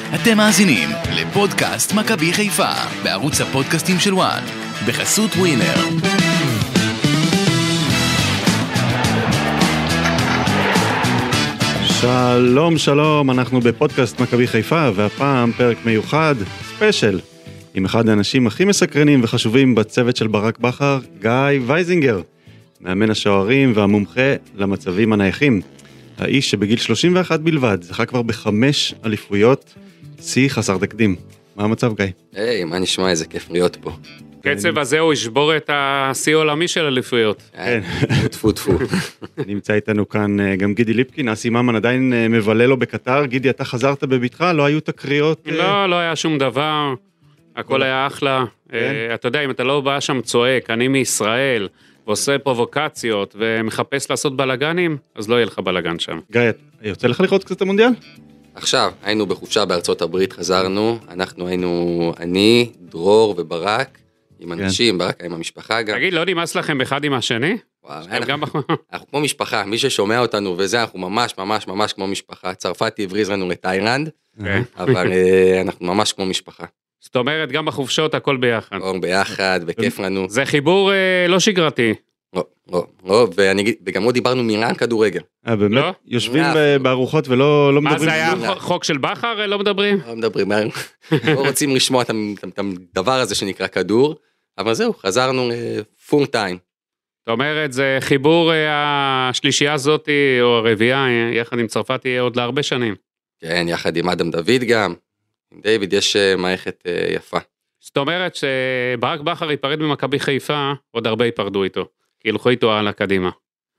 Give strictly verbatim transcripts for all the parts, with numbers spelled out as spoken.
אתם מאזינים לפודקאסט מכבי חיפה בערוץ הפודקאסטים של וואן בחסות ווינר. שלום שלום, אנחנו בפודקאסט מכבי חיפה, והפעם פרק מיוחד, ספיישל, עם אחד האנשים הכי מסקרנים וחשובים בצוות של ברק בכר, גיא וייזינגר, מאמן השוערים והמומחה למצבים הנייחים. האיש שבגיל שלושים ואחת בלבד זכה כבר בחמש אליפויות, שיא חסר תקדים. מה המצב, גיא? היי, מה נשמע? איזה כיף להיות פה. קצב הזה הוא ישבור את השיא העולמי של אליפויות. כן, טפו טפו. נמצא איתנו כאן גם גידי ליפקין, אסי ממן עדיין מבלה לו בקטר. גידי, אתה חזרת בביתך? לא היו תקריות? לא, לא היה שום דבר, הכל היה אחלה. אתה יודע, אם אתה לא בא שם צועק, אני מישראל, ועושה פרובוקציות, ומחפש לעשות בלגנים, אז לא יהיה לך בלגן שם. גיא, יוצא לך לראות קצת המונדיאל? עכשיו, היינו בחופשה בארצות הברית, חזרנו, אנחנו היינו, אני, דרור וברק, עם אנשים, ברק עם המשפחה גם. תגיד, לא נמאס לכם אחד עם השני? וואו, אנחנו, אנחנו כמו משפחה, מי ששומע אותנו וזה, אנחנו ממש ממש ממש כמו משפחה. צרפתי הבריז לנו לתאילנד, אבל אנחנו ממש כמו משפחה. זאת אומרת, גם בחופשות הכל ביחד. ביחד, בכיף לנו. זה חיבור לא שגרתי. לא, לא, לא, וגם לא דיברנו מילה כדורגל. אה, באמת? יושבים בארוחות ולא מדברים. מה זה היה חוק של בכר? לא מדברים? לא מדברים, לא רוצים לשמוע את הדבר הזה שנקרא כדור, אבל זהו, חזרנו לפול טיים. זאת אומרת, זה חיבור השלישייה הזאת, או הרביעייה, יחד עם צרפת, יהיה עוד להרבה שנים. כן, יחד עם אדם דוד גם, עם דיוויד יש מערכת יפה. זאת אומרת שברק בכר ייפרד ממכבי חיפה, עוד הרבה ייפרדו איתו. כי ילכו איתו על הקדימה.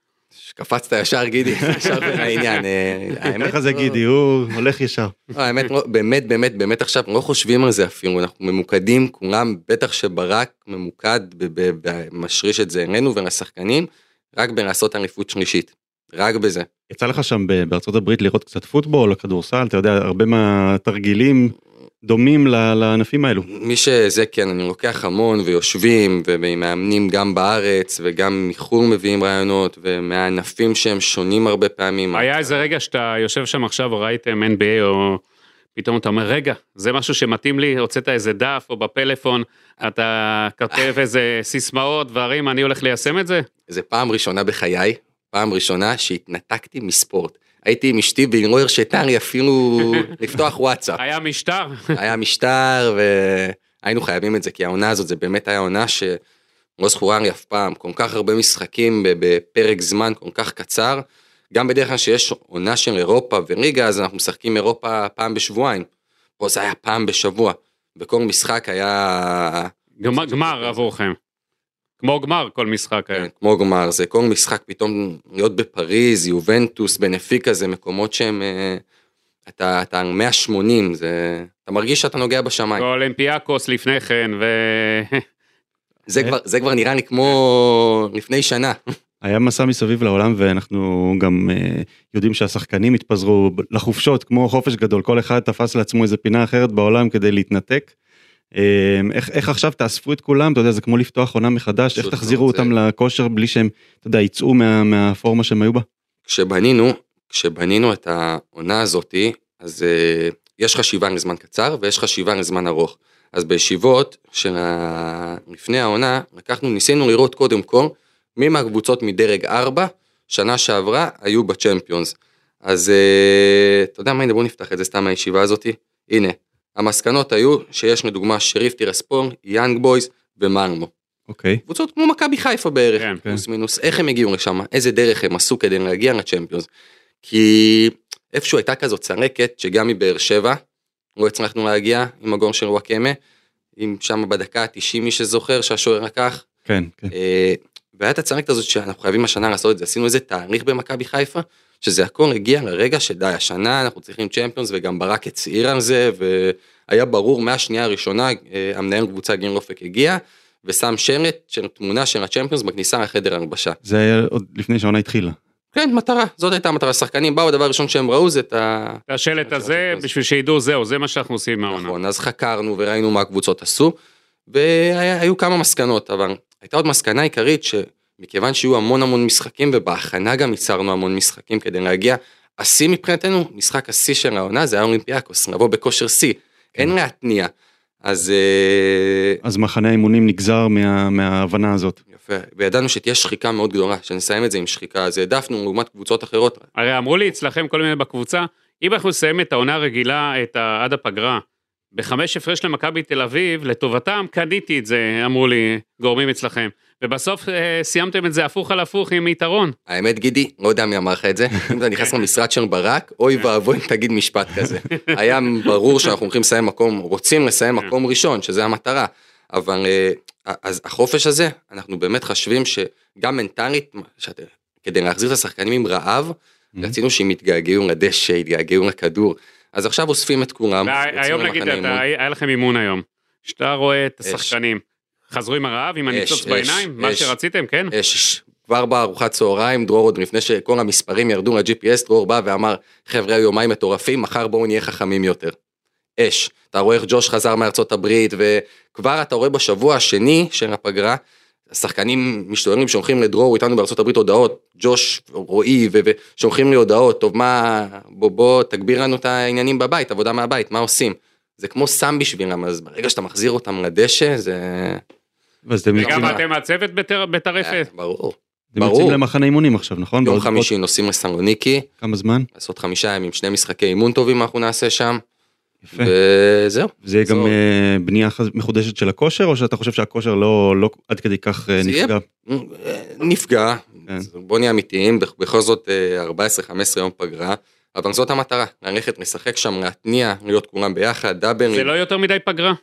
קפצת ישר גידי, ישר בין העניין. איך זה גידי, הוא הולך ישר. האמת, באמת, באמת, באמת עכשיו, לא חושבים על זה אפילו, אנחנו ממוקדים, כולם, בטח שברק ממוקד, משריש את זה אלינו ולשחקנים, רק בלעשות אליפות שלישית, רק בזה. יצא לך שם בארצות הברית לראות קצת פוטבול, כדורסל, אתה יודע, הרבה מהתרגילים, דומים לענפים האלו. מי שזה כן, אני לוקח המון ויושבים ומאמנים גם בארץ וגם מחול מביאים רעיונות ומהענפים שהם שונים הרבה פעמים. היה איזה רגע שאתה יושב שם עכשיו וראיתם אן בי איי או פתאום אתה אומר רגע, זה משהו שמתאים לי, הוצאת איזה דף או בפלאפון, אתה כותב איזה סיסמאות דברים, אני הולך ליישם את זה? זה פעם ראשונה בחיי, פעם ראשונה שהתנתקתי מספורט. הייתי עם אשתי והיא לא הרשתה לי אפילו לפתוח וואטסאפ. היה משטר. היה משטר והיינו חייבים את זה, כי העונה הזאת זה באמת היה עונה שלא זכורה לי אף פעם, כל כך הרבה משחקים בפרק זמן כל כך קצר, גם בדרך כלל שיש עונה של אירופה וליגה, אז אנחנו משחקים אירופה פעם בשבועיים, פה זה היה פעם בשבוע, וכל משחק היה... גמר, גמר עבורכם. כמו גמר, כל משחק היה. כמו גמר, זה כל משחק פתאום להיות בפריז, יובנטוס, בנפיקה, זה מקומות שהם, אתה, אתה מאה שמונים, זה, אתה מרגיש שאתה נוגע בשמיים. אולימפיאקוס לפני כן, ו... זה כבר, זה כבר נראה לי כמו לפני שנה. היה מסע מסביב לעולם, ואנחנו גם יודעים שהשחקנים התפזרו לחופשות, כמו חופש גדול, כל אחד תפס לעצמו איזה פינה אחרת בעולם כדי להתנתק. איך, איך עכשיו תאספו את כולם, אתה יודע, זה כמו לפתוח עונה מחדש, איך תחזירו אותם לכושר בלי שהם, אתה יודע, יצאו מה, מהפורמה שהם היו בה? כשבנינו, כשבנינו את העונה הזאת, אז uh, יש חשיבה לזמן קצר, ויש חשיבה לזמן ארוך. אז בישיבות של לפני העונה, לקחנו, ניסינו לראות קודם כל, מי מהקבוצות מדרג ארבע, שנה שעברה, היו בצ'מפיונס. אז uh, אתה יודע מה, הנה בוא נפתח את זה סתם מהישיבה הזאת, הנה. המסקנות היו שיש לדוגמה שריף טירספור, יאנג בויז ומלמו. אוקיי. קבוצות כמו מכבי חיפה בערך, כן, פלוס כן. מינוס, איך הם הגיעו לשם, איזה דרך הם עשו כדי להגיע לצ'מפיונס. כי איפשהו הייתה כזאת צרקת, שגם מבאר שבע, לא הצלחנו להגיע עם הגול של וואקמה, עם שם בדקה ה-תשעים מי שזוכר שהשוער לקח. כן, כן. והייתה הצרקת הזאת שאנחנו חייבים השנה לעשות את זה, עשינו איזה תאריך במכבי חיפה, שזה הכל הגיע לרגע שדי, השנה אנחנו צריכים צ'מפיונס, וגם ברק הצעיר על זה, והיה ברור מהשנייה הראשונה, המנהל קבוצה גין רופק הגיע, ושם שלט של תמונה של הצ'מפיונס בכניסה לחדר הלבשה. זה היה עוד לפני שהעונה התחילה. כן, מטרה, זאת הייתה המטרה, השחקנים באו, הדבר הראשון שהם ראו זה את ה... השלט הזה, בשביל שידעו זהו, זה מה שאנחנו עושים מהעונה. נכון, אז חקרנו וראינו מה הקבוצות עשו, והיו כמה מסקנות, אבל הייתה עוד מסקנה עיקרית ש... מכיוון שיהיו המון המון משחקים, ובהכנה גם ייצרנו המון משחקים כדי להגיע השיא מבחינתנו, משחק השיא של העונה, זה היה אולימפיאקוס, נבוא בכושר שיא, אין להתניע. אז... אז מחנה האימונים נגזר מה, מההבנה הזאת. יפה, וידענו שתהיה שחיקה מאוד גדולה, שנסיים את זה עם שחיקה, אז העדפנו לעומת קבוצות אחרות. הרי אמרו לי אצלכם כל מיני בקבוצה, אם אנחנו נסיים את העונה הרגילה, את ה... עד הפגרה, בחמש הפרש למכבי תל אביב, לטובתם קניתי את זה, אמרו לי גורמים אצלכם, ובסוף אה, סיימתם את זה הפוך על הפוך עם יתרון. האמת גידי, לא יודע מי אמר לך את זה, אם אתה נכנס למשרד של ברק, אוי ואבוי אם תגיד משפט כזה. היה ברור שאנחנו הולכים לסיים מקום, רוצים לסיים מקום ראשון, שזה המטרה, אבל אז החופש הזה, אנחנו באמת חושבים שגם מנטלית, כדי להחזיר את השחקנים עם רעב, רצינו שהם יתגעגעו לדשא, יתגעגעו לכדור, אז עכשיו אוספים את כולם. היום נגיד, היה לכם אימון היום, שאתה רואה את השחקנים, חזרו עם הרעב, עם הניצוץ בעיניים, מה שרציתם, כן? יש, כבר בארוחת צהריים, דרור עוד לפני שכל המספרים ירדו ל-ג'י פי אס, דרור בא ואמר, חבר'ה יומיים מטורפים, מחר בואו נהיה חכמים יותר. אש, אתה רואה איך ג'וש חזר מארצות הברית, וכבר אתה רואה בשבוע השני של הפגרה, השחקנים משתוללים שולחים לדרור איתנו בארצות הברית הודעות, ג'וש, רועי, ושולחים לי הודעות, טוב מה, בוא בוא תגביר לנו את העניינים בבית, עבודה מהבית, מה עושים? זה כמו סם בשבילם, אז ברגע שאתה מחזיר אותם לדשא, זה... וגם אתם הצוות בטרפת? ברור. אתם יוצאים למחנה אימונים עכשיו, נכון? יום חמישי נוסעים לסלוניקי. כמה זמן? לעשות חמישה ימים, שני משחקי אימון טובים אנחנו נעשה שם. יפה. וזהו. זה יהיה גם בנייה מחודשת של הכושר, או שאתה חושב שהכושר לא עד כדי כך נפגע? נפגע. בוא נהיה אמיתיים, בכל זאת ארבע עשרה חמש עשרה יום פגרה, אבל זאת המטרה, ללכת, לשחק שם, להתניע, להיות כולם ביחד, דאברים. זה לא יותר מדי פגרה?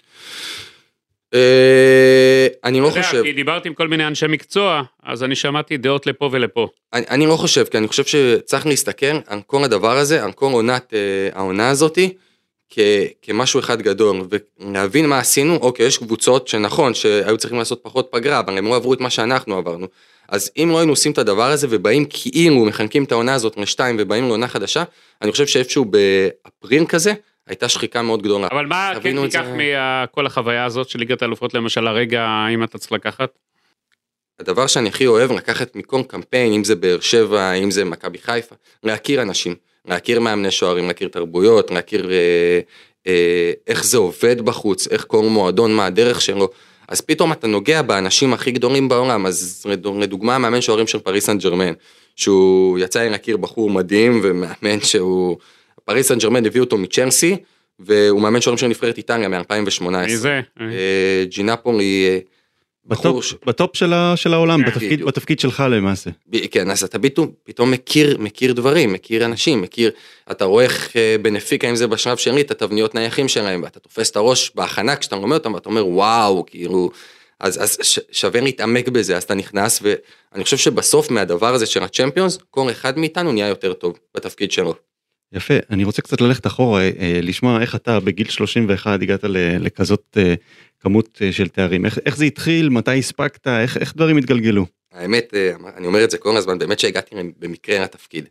אני לא חושב. כי דיברתי עם כל מיני אנשי מקצוע, אז אני שמעתי דעות לפה ולפה. אני לא חושב, כי אני חושב שצריך להסתכל על כל הדבר הזה, על כל עונת העונה הזאת, כמשהו אחד גדול, ולהבין מה עשינו. אוקיי, יש קבוצות שנכון, שהיו צריכים לעשות פחות פגרה, אבל הם לא עברו את מה שאנחנו עברנו. אז אם לא היינו עושים את הדבר הזה, ובאים כאילו מחנקים את העונה הזאת לשתיים, ובאים לעונה חדשה, אני חושב שאיפשהו באפריל כזה, הייתה שחיקה מאוד גדולה. אבל מה כן תיקח מכל החוויה הזאת של ליגת האלופות, למשל הרגע, אם אתה צריך לקחת? הדבר שאני הכי אוהב, לקחת מכל קמפיין, אם זה באר שבע, אם זה מכבי חיפה, להכיר אנשים, להכיר מאמני שוערים, להכיר תרבויות, להכיר אה, אה, איך זה עובד בחוץ, איך כל מועדון, מה הדרך שלו, אז פתאום אתה נוגע באנשים הכי גדולים בעולם, אז לדוגמה, מאמן שוערים של פריס סן ז'רמן, שהוא יצא לי להכיר בחור מדהים, ומאמן שהוא... פריס סן ז'רמן הביא אותו מצ'לסי, והוא מאמן שוערים של נבחרת איטליה מ-אלפיים ושמונה עשרה. מי זה? ג'ינפולי, בטופ של העולם, בתפקיד שלך למעשה. כן, אז אתה פתאום מכיר, מכיר דברים, מכיר אנשים, מכיר, אתה רואה איך בנפיקה, אם זה בשלב שלי, את התבניות נייחים שלהם, ואתה תופס את הראש בהכנה, כשאתה לומד אותם, ואתה אומר, וואו, כאילו, אז שווה להתעמק בזה, אז אתה נכנס, ואני חושב שבסוף מהדבר הזה של הצ'מפיונס, כל אחד מאיתנו נהיה יותר טוב בתפקיד שלו. יפה, אני רוצה קצת ללכת אחורה, לשמוע איך אתה בגיל שלושים ואחת הגעת לכזאת כמות של תארים, איך, איך זה התחיל, מתי הספקת, איך, איך דברים התגלגלו? האמת, אני אומר את זה כל הזמן, באמת שהגעתי במקרה לתפקיד.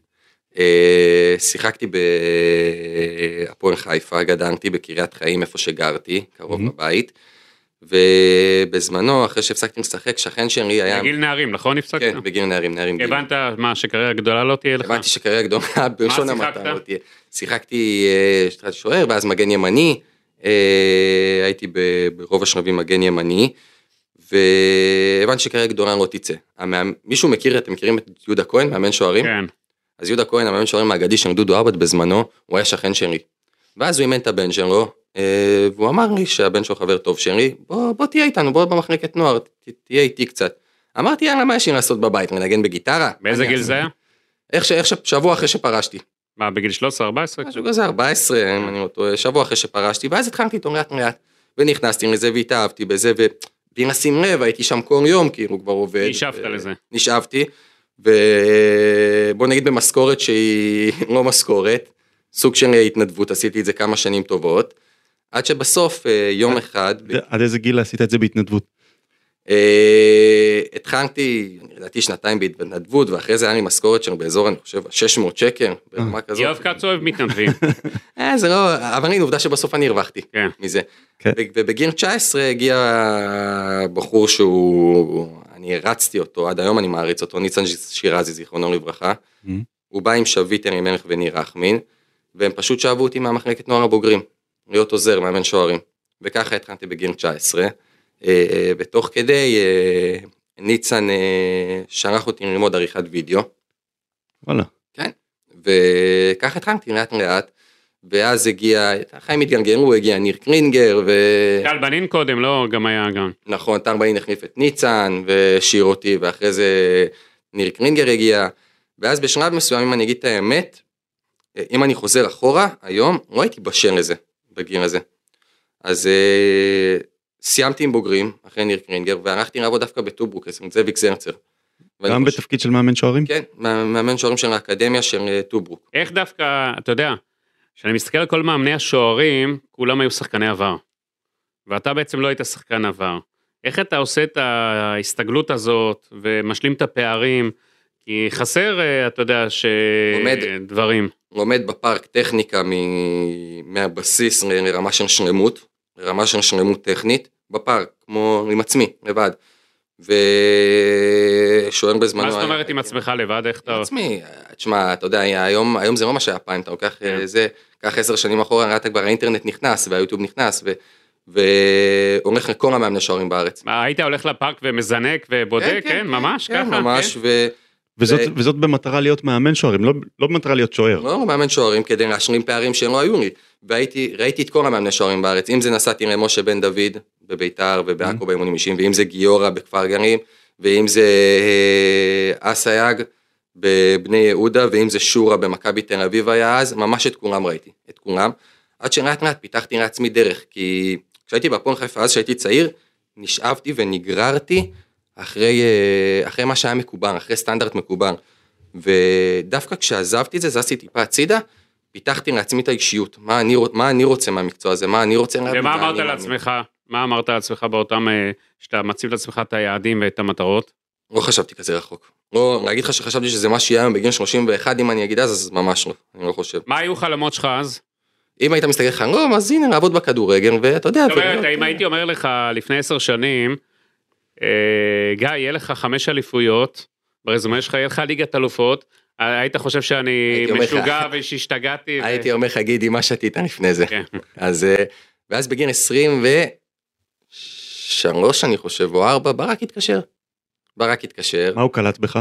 שיחקתי בהפועל חיפה, גדלתי בקריית חיים, איפה שגרתי, קרוב לבית, ובזמנו, אחרי שהפסקתי לשחק, שכן שלי היה... בגיל נערים, נכון הפסקת? כן, בגיל נערים, נערים. הבנת מה, שקריירה גדולה לא תהיה לך? הבנתי שקריירה גדולה, בראשון המטרה לא תהיה. שיחקתי שוער, ואז מגן ימני, הייתי ברוב השלבים מגן ימני, והבנתי שקריירה גדולה לא תצא. מישהו מכיר, אתם מכירים את יהודה כהן, מאמן שוערים? כן. אז יהודה כהן, המאמן שוערים האגדי של דודו ארבט בזמנו, הוא היה שכן שלי. ואז הוא אימן את הבן שלו, והוא אמר לי שהבן שלו חבר טוב שלי, בוא, בוא תהיה איתנו, בוא במחלקת נוער, תהיה איתי קצת. אמרתי, יאללה, מה יש לי לעשות בבית, לנגן בגיטרה? באיזה גיל זה היה? איך, איך שבוע אחרי שפרשתי. מה, בגיל שלוש עשרה ארבע עשרה? משהו כזה ארבע עשרה, אם אני לא, שבוע אחרי שפרשתי, ואז התחלתי איתו מעט מעט, ונכנסתי לזה והתאהבתי בזה, ובלי לשים לב, הייתי שם כל יום, כאילו כבר עובד. נשאבת לזה. נשאבתי, ובוא נגיד במשכורת שהיא לא משכורת, סוג של התנדבות, עשיתי את זה כמה שנים טובות, עד שבסוף יום אחד... עד איזה גיל עשית את זה בהתנדבות? התחלתי, אני ידעתי שנתיים בהתנדבות, ואחרי זה היה לי משכורת שלנו באזור, אני חושב, שש מאות שקל, ברמה כזאת. יואב כץ אוהב מתנדבים. זה לא, אבל הנה, עובדה שבסוף אני הרווחתי מזה. ובגיל תשע עשרה הגיע בחור שהוא, אני הרצתי אותו, עד היום אני מעריץ אותו, ניצן שירזי, זיכרונו לברכה. הוא בא עם שביט ארי מלך וניר רחמין, והם פשוט שאבו אותי מהמחלקת נוער הבוגרים, להיות עוזר, מאמן שוערים. וככה התחלתי בגיל תשע עשרה, ותוך כדי ניצן שרח אותי ללמוד עריכת וידאו. וואלה. כן, וככה התחלתי לאט לאט, ואז הגיע, החיים התגלגלו, הגיע ניר קרינגר, ו... טל בנין קודם, לא, גם היה גם. נכון, טל בנין החליף את ניצן, ושיר אותי, ואחרי זה ניר קרינגר הגיע, ואז בשלב מסוים, אם אני אגיד את האמת, אם אני חוזר אחורה, היום, לא הייתי בשל לזה, בגיל הזה. אז uh, סיימתי עם בוגרים, אחרי ניר קרינגר, והלכתי לעבוד דווקא בטוברוק, זאביק זרצר. גם בתפקיד של מאמן שוערים? כן, מאמן שוערים של האקדמיה של טוברוק. איך דווקא, אתה יודע, כשאני מסתכל על כל מאמני השוערים, כולם היו שחקני עבר. ואתה בעצם לא היית שחקן עבר. איך אתה עושה את ההסתגלות הזאת, ומשלים את הפערים, כי חסר, אתה יודע, שדברים. לומד בפארק טכניקה מהבסיס לרמה של שלמות, לרמה של שלמות טכנית, בפארק, כמו עם עצמי, לבד. ושוער בזמנו... מה זאת אומרת עם עצמך לבד, איך אתה... עצמי, תשמע, אתה יודע, היום, היום זה לא מה שהיה פעם, אתה לוקח זה, כך עשר שנים אחורה, ראית כבר האינטרנט נכנס, והיוטיוב נכנס, והולך לכל המאמני שוערים בארץ. היית הולך לפארק ומזנק ובודק, כן, ממש ככה? כן, ממש, ו... וזאת, ו... וזאת במטרה להיות מאמן שוערים, לא, לא במטרה להיות שוער. לא, מאמן שוערים, כדי להשלים פערים שלא היו לי. והייתי, ראיתי את כל המאמני שוערים בארץ, אם זה נסעתי למשה בן דוד, בביתר ובעכו באימונים אישיים, ואם זה גיורא בכפר גנים, ואם זה אסייג בבני יהודה, ואם זה שורה במכבי תל אביב היה אז, ממש את כולם ראיתי, את כולם. עד שלאט לאט פיתחתי לעצמי דרך, כי כשהייתי בהפועל חיפה אז שהייתי צעיר, נשאבתי ונגררתי, אחרי, אחרי מה שהיה מקובל, אחרי סטנדרט מקובל, ודווקא כשעזבתי את זה, זזתי טיפה הצידה, פיתחתי לעצמי את האישיות, מה אני, מה אני רוצה מהמקצוע הזה, מה אני רוצה להביא. ומה אמרת לעצמך, מה אמרת לעצמך באותם, שאתה מציב לעצמך את היעדים ואת המטרות? לא חשבתי כזה רחוק, לא, להגיד לך שחשבתי שזה מה שיהיה היום בגיל שלושים ואחת, אם אני אגיד אז, אז ממש לא, אני לא חושב. מה היו חלומות שלך אז? אם היית מסתכל לך, לא, אז הנה, לעבוד בכדורגל, ואתה יודע. זאת אומרת, אם הייתי אומר לך לפני עשר שנים, גיא, יהיה לך חמש אליפויות, ברזומה שלך, יהיה לך ליגת אלופות, היית חושב שאני משוגע ושהשתגעתי. הייתי אומר לך, גידי, מה שתית לפני זה. אז, ואז בגיל עשרים ושלוש, אני חושב, או ארבע, ברק התקשר. ברק התקשר. מה הוא קלט בך?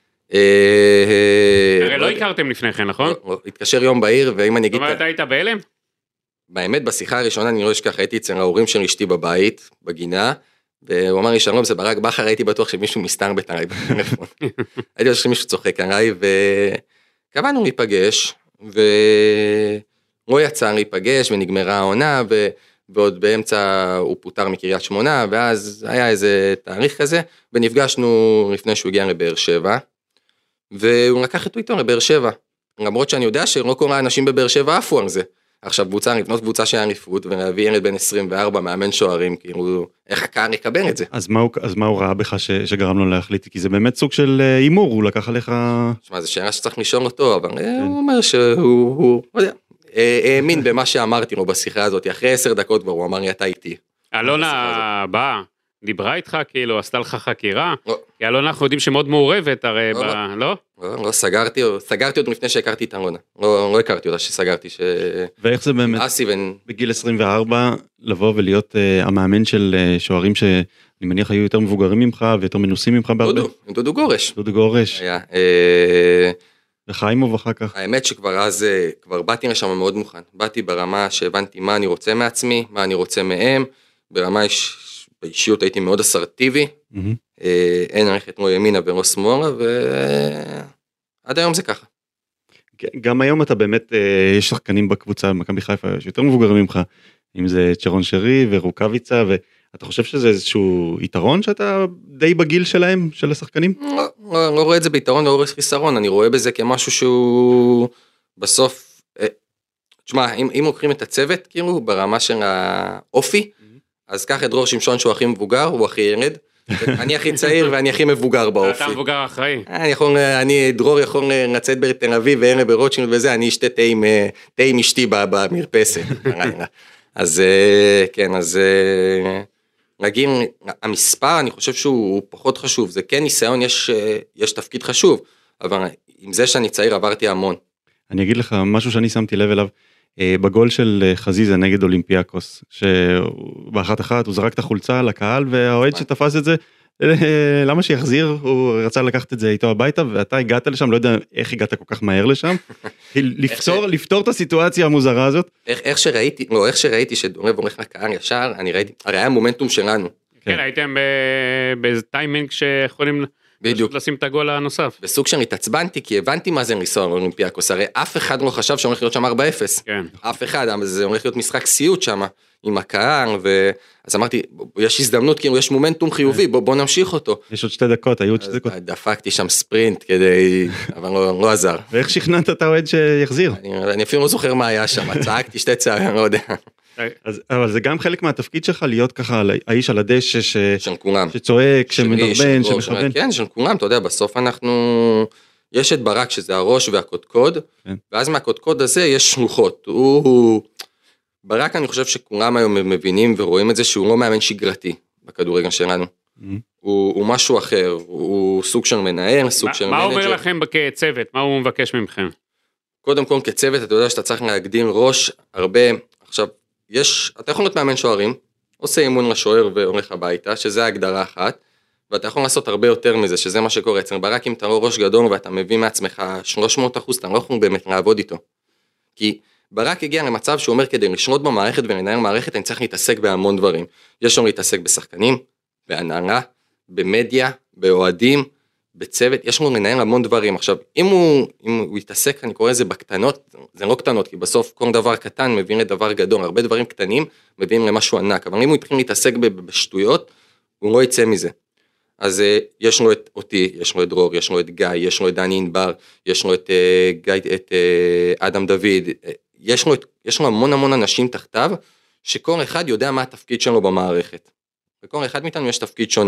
הרי לא הכרתם לפני כן, נכון? התקשר יום בעיר, ואם אני אגיד... זאת אומרת, היית בהלם? באמת, בשיחה הראשונה, אני לא אשכח, הייתי אצל ההורים של אשתי בבית, בגינה, והוא אמר לי, שלום, זה ברק בכר, הייתי בטוח שמישהו מסתרבט עליי בטלפון. הייתי בטוח שמישהו צוחק עליי, וקבענו להיפגש, ולא יצא להיפגש, ונגמרה העונה, ועוד באמצע הוא פוטר מקריית שמונה, ואז היה איזה תאריך כזה, ונפגשנו לפני שהוא הגיע לבאר שבע, והוא לקח את איתו לבאר שבע, למרות שאני יודע שלא כל האנשים בבאר שבע עפו על זה. עכשיו קבוצה, לבנות קבוצה של אליפות, ולהביא ילד בן עשרים וארבע, מאמן שוערים, כאילו, איך הקהל יקבל את זה? אז מה הוא, אז מה הוא ראה בך ש, שגרם לו להחליט? כי זה באמת סוג של אימור, הוא לקח עליך... תשמע, זו שאלה שצריך לשאול אותו, אבל הוא אומר שהוא, הוא, לא יודע, האמין במה שאמרתי לו בשיחה הזאת, אחרי עשר דקות כבר הוא אמר לי, אתה איתי. אלונה באה, דיברה איתך, כאילו, עשתה לך חקירה? כי אלונה אנחנו יודעים שמאוד מעורבת, הרי, לא? לא, סגרתי, סגרתי עוד לפני שהכרתי את אלונה. לא הכרתי אותה שסגרתי ש... ואיך זה באמת, בגיל עשרים וארבע, לבוא ולהיות המאמן של שוערים שאני מניח היו יותר מבוגרים ממך, ויותר מנוסים ממך בהרבה? דודו, דודו גורש. דודו גורש. וחיימוב אחר כך. האמת שכבר אז, כבר באתי לשם מאוד מוכן. באתי ברמה שהבנתי מה אני רוצה מעצמי, מה אני רוצה מהם, ברמה באישיות הייתי מאוד אסרטיבי, אין ללכת לא ימינה ולא שמאלה, ועד היום זה ככה. גם היום אתה באמת, יש שחקנים בקבוצה, במכבי חיפה, שיותר מבוגרים ממך, אם זה צ'רון שרי ורוקביצה, ואתה חושב שזה איזשהו יתרון שאתה די בגיל שלהם, של השחקנים? לא, לא רואה את זה ביתרון, לא רואה חיסרון, אני רואה בזה כמשהו שהוא בסוף, תשמע, אם, אם לוקחים את הצוות, כאילו, ברמה של האופי, אז קח את דרור שמשון שהוא הכי מבוגר, הוא הכי ילד, אני הכי צעיר ואני הכי מבוגר באופי. אתה מבוגר אחראי. אני יכול, אני, דרור יכול לצאת בתל אביב וערב ברוטשילד וזה, אני אשתה תה עם, תה עם אשתי במרפסת. אז כן, אז נגיד, המספר אני חושב שהוא פחות חשוב, זה כן ניסיון, יש, יש תפקיד חשוב, אבל עם זה שאני צעיר עברתי המון. אני אגיד לך משהו שאני שמתי לב אליו, בגול של חזיזה נגד אולימפיאקוס, שבאחת אחת הוא זרק את החולצה לקהל, והאוהד שתפס את זה, למה שיחזיר, הוא רצה לקחת את זה איתו הביתה, ואתה הגעת לשם, לא יודע איך הגעת כל כך מהר לשם, לפתור, לפתור את הסיטואציה המוזרה הזאת. איך, איך שראיתי, לא, איך שראיתי שדורב הולך לקהל ישר, אני ראיתי, הרי היה מומנטום שלנו. כן, הייתם באיזה טיימינג שיכולים בדיוק. לשים את הגול הנוסף. בסוג שאני התעצבנתי, כי הבנתי מה זה לנסוע לאולימפיאקוס, הרי אף אחד לא חשב שהולך להיות שם ארבע אפס. כן. אף אחד, אבל זה הולך להיות משחק סיוט שם, עם הקהל, ו... אז אמרתי, יש הזדמנות, כאילו יש מומנטום חיובי, בוא, בוא נמשיך אותו. יש עוד שתי דקות, היו עוד שתי דקות. דפקתי שם ספרינט כדי, אבל לא, לא עזר. ואיך שכנעת את האוהד שיחזיר? אני, אני אפילו לא זוכר מה היה שם, צעקתי שתי צערים, אני לא יודע. אז, אבל זה גם חלק מהתפקיד שלך, להיות ככה האיש על הדשא, ש... של כולם. שצועק, שמדרבן, שמכוון. כן, של כולם, אתה יודע, בסוף אנחנו, יש את ברק שזה הראש והקודקוד, כן. ואז מהקודקוד הזה יש שלוחות, הוא... ברק אני חושב שכולם היום מבינים ורואים את זה שהוא לא מאמן שגרתי בכדורגל שלנו. Mm-hmm. הוא, הוא משהו אחר, הוא סוג של מנהל, סוג מה, של מה מנג'ר. אומר לכם כצוות? מה הוא מבקש מכם? קודם כל כצוות אתה יודע שאתה צריך להגדיר ראש הרבה, עכשיו יש, אתה יכול להיות מאמן שוערים, עושה אימון לשוער והולך הביתה, שזה ההגדרה אחת, ואתה יכול לעשות הרבה יותר מזה, שזה מה שקורה אצלנו. ברק אם אתה לא ראש גדול ואתה מביא מעצמך שלוש מאות אחוז, אתה לא יכול באמת לעבוד איתו. כי ברק הגיע למצב שהוא אומר, כדי לשנות במערכת ולנהל מערכת, אני צריך להתעסק בהמון דברים. יש לנו להתעסק בשחקנים, בהנהלה, במדיה, באוהדים, בצוות, יש לנו לנהל המון דברים. עכשיו, אם הוא, אם הוא יתעסק, אני קורא לזה בקטנות, זה לא קטנות, כי בסוף כל דבר קטן מבין לדבר גדול, הרבה דברים קטנים מביאים למשהו ענק, אבל אם הוא יתחיל להתעסק בשטויות, הוא לא יצא מזה. אז יש לו את אותי, יש לו את דרור, יש לו את גיא, יש לו את דני ענבר, יש לו את גיא, את אדם דוד, יש לו, יש לו המון המון אנשים תחתיו, שכל אחד יודע מה התפקיד שלו במערכת. וכל אחד מאיתנו יש תפקיד שונה.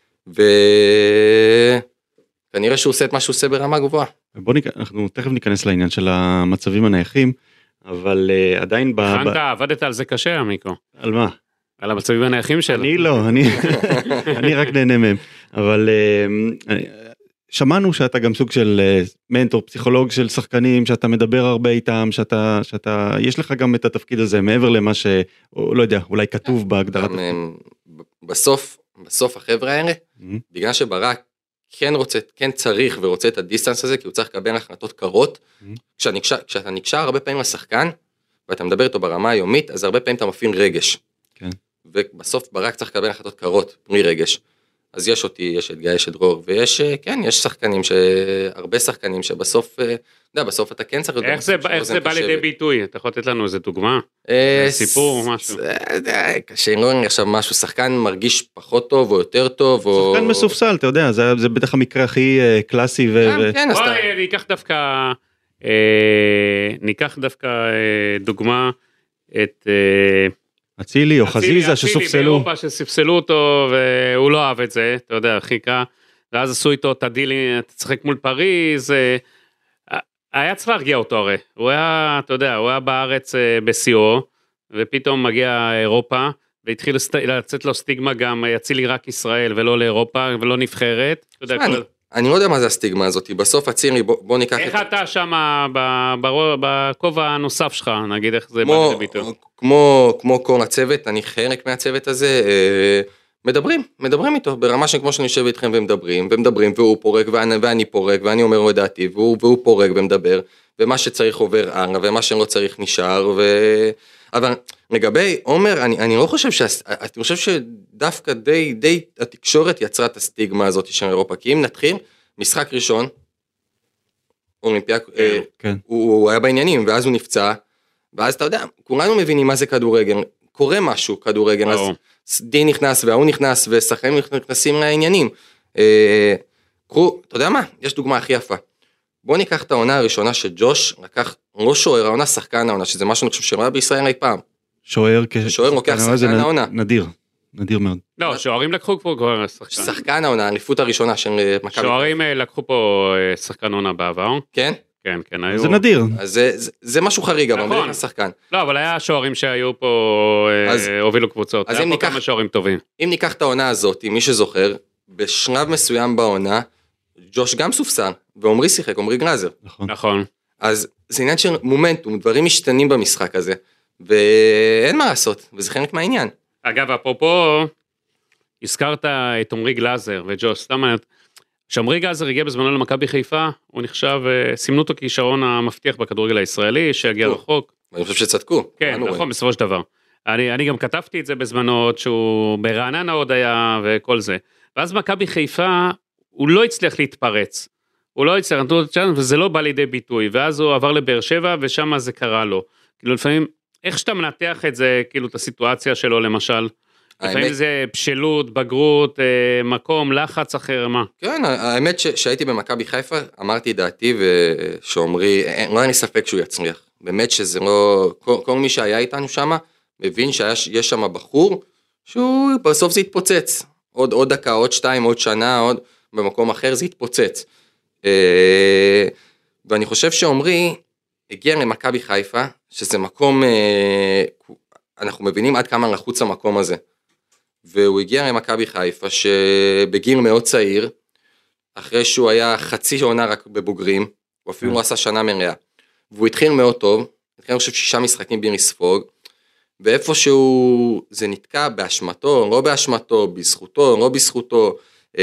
וכנראה שהוא עושה את מה שהוא עושה ברמה גבוהה. בוא ניכנס, אנחנו תכף ניכנס לעניין של המצבים הנייחים, אבל uh, עדיין... הכנת, עבדת על זה קשה, עמיקו. על מה? על המצבים הנייחים שלו. אני לא, אני, אני רק נהנה מהם. אבל uh, שמענו שאתה גם סוג של uh, מנטור, פסיכולוג של שחקנים, שאתה מדבר הרבה איתם, שאתה, שאתה, יש לך גם את התפקיד הזה, מעבר למה ש... לא יודע, אולי כתוב בהגדרת... בסוף, בסוף החבר'ה האלה, בגלל שברק כן רוצה, כן צריך ורוצה את הדיסטנס הזה, כי הוא צריך לקבל החלטות קרות, כשאתה נקשר הרבה פעמים לשחקן, ואתה מדבר איתו ברמה היומית, אז הרבה פעמים אתה מפעיל רגש. ובסוף ברק צריך לקבל החלטות קרות, בלי רגש. אז יש אותי, יש את גיא, יש את דרור, ויש, כן, יש שחקנים, הרבה שחקנים שבסוף, אתה יודע, בסוף אתה כן צריך... איך זה בא לידי ביטוי? אתה יכול לתת לנו איזה דוגמה? סיפור או משהו? קשה, לא נראה עכשיו משהו, שחקן מרגיש פחות טוב או יותר טוב, או... שחקן מסופסל, אתה יודע, זה בטח המקרה הכי קלאסי ו... כן, אז אתה... בוא ניקח דווקא, ניקח דווקא דוגמה את... אצילי או חזיזה שסופסלו. אצילי באירופה שסופסלו אותו, והוא לא אהב את זה, אתה יודע, חיכה, ואז עשו איתו את הדילי, אתה צחק מול פריז, היה צריך להרגיע אותו הרי, הוא היה, אתה יודע, הוא היה בארץ בסיוע, ופתאום מגיע אירופה, והתחיל לצאת לו סטיגמה גם, אצילי רק ישראל, ולא לאירופה, ולא נבחרת, אתה יודע, כל... אני לא יודע מה זה הסטיגמה הזאת, בסוף אצילי, בוא, בוא ניקח... איך את... אתה שם בכובע הנוסף שלך, נגיד איך זה בא לביטוי? כמו, כמו כל הצוות, אני חלק מהצוות הזה, אה, מדברים, מדברים איתו, ברמה שכמו שאני יושב איתכם ומדברים, ומדברים, והוא פורק ואני, ואני פורק, ואני אומר לו דעתי, והוא, והוא פורק ומדבר, ומה שצריך עובר הלאה, ומה שלא צריך נשאר, ו... אבל לגבי עומר, אני, אני לא חושב ש... אני חושב שדווקא די, די התקשורת יצרה את הסטיגמה הזאת של אירופה, כי אם נתחיל, משחק ראשון, אולימפיאק, כן, אה, כן. הוא, הוא היה בעניינים, ואז הוא נפצע, ואז אתה יודע, כולנו מבינים מה זה כדורגל, קורה משהו כדורגל, אז די נכנס והוא נכנס, ושחקנים נכנסים לעניינים. אה, קחו, אתה יודע מה? יש דוגמה הכי יפה. בוא ניקח את העונה הראשונה שג'וש לקח, לא שוער, העונה שחקן העונה, שזה משהו אני חושב שלא היה בישראל אי פעם. שוער, שוער לוקח שחקן העונה. נדיר, נדיר מאוד. לא, שוערים לקחו פה כבר שחקן. שחקן העונה, האליפות הראשונה של מכבי. שוערים לקחו פה שחקן עונה בעבר. כן? כן, כן, היו... זה נדיר. אז זה, זה, זה משהו חריג, אבל נכון. שחקן. לא, אבל היה שוערים שהיו פה, אז, הובילו קבוצות. אז היה פה ניקח, כמה שוערים טובים. אם ניקח את העונה הזאת, מי שזוכר, בשלב מסוים בעונה, ג'וש גם סופסר, ועומרי שיחק, עומרי גלאזר. נכון. נכון. אז זה עניין של מומנטום, דברים משתנים במשחק הזה, ואין מה לעשות, וזה חלק מהעניין. אגב, אפרופו, הזכרת את עומרי גלאזר וג'וש, סתם מעניין, כשעומרי גלאזר הגיע בזמנו למכבי חיפה, הוא נחשב, סימנו אותו כישרון המבטיח בכדורגל הישראלי, שהגיע רחוק. אני חושב שצדקו. כן, נכון, בסופו של דבר. אני, אני גם כתבתי את זה בזמנו, שהוא ברעננה עוד היה וכל זה. ואז מכבי חיפה, הוא לא הצליח להתפרץ. הוא לא הצליח, וזה לא בא לידי ביטוי. ואז הוא עבר לבאר שבע, ושם זה קרה לו. כאילו לפעמים, איך שאתה מנתח את זה, כאילו את הסיטואציה שלו למשל, לפעמים זה בשלות, בגרות, מקום, לחץ אחר, מה? כן, האמת שהייתי במכבי חיפה, אמרתי דעתי, ושאומרי, לא היה לי ספק שהוא יצליח. באמת שזה לא, כל מי שהיה איתנו שם, מבין שיש שם בחור, שהוא בסוף זה יתפוצץ. עוד, עוד דקה, עוד שתיים, עוד שנה, עוד במקום אחר זה יתפוצץ. ואני חושב שאומרי הגיע למכבי חיפה, שזה מקום, אנחנו מבינים עד כמה לחוץ המקום הזה. והוא הגיע למכבי חיפה, שבגיל מאוד צעיר, אחרי שהוא היה חצי עונה רק בבוגרים, הוא אפילו לא עשה שנה מלאה. והוא התחיל מאוד טוב, התחיל אני חושב שישה משחקים בלי לספוג, ואיפשהו זה נתקע באשמתו, לא באשמתו, בזכותו, לא בזכותו, אה,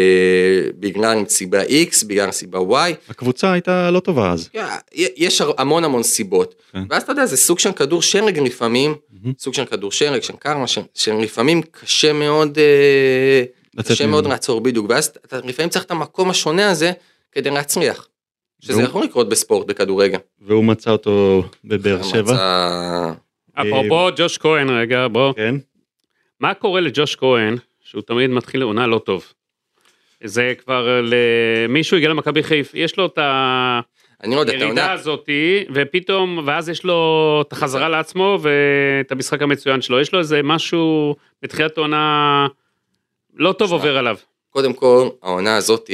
בגלל סיבה X, בגלל סיבה Y. הקבוצה הייתה לא טובה אז. יש המון המון סיבות, כן. ואז אתה יודע, זה סוג של כדור שלג לפעמים, mm-hmm. סוג של כדור שלג, של קרמה, שלפעמים קשה מאוד, אה, קשה מאוד לעצור בדיוק, ואז אתה לפעמים צריך את המקום השונה הזה, כדי להצליח. שזה יכול לקרות בספורט, בכדורגל. והוא מצא אותו בבאר שבע. אפרופו ג'וש כהן, רגע, בוא. כן. מה קורה לג'וש כהן, שהוא תמיד מתחיל לעונה לא טוב? זה כבר למישהו הגיע למכבי חיפה, יש לו את הירידה הזאת, ופתאום, ואז יש לו את החזרה לעצמו, ואת המשחק המצוין שלו. יש לו איזה משהו בתחילת העונה לא טוב עובר עליו. קודם כל, העונה הזאת,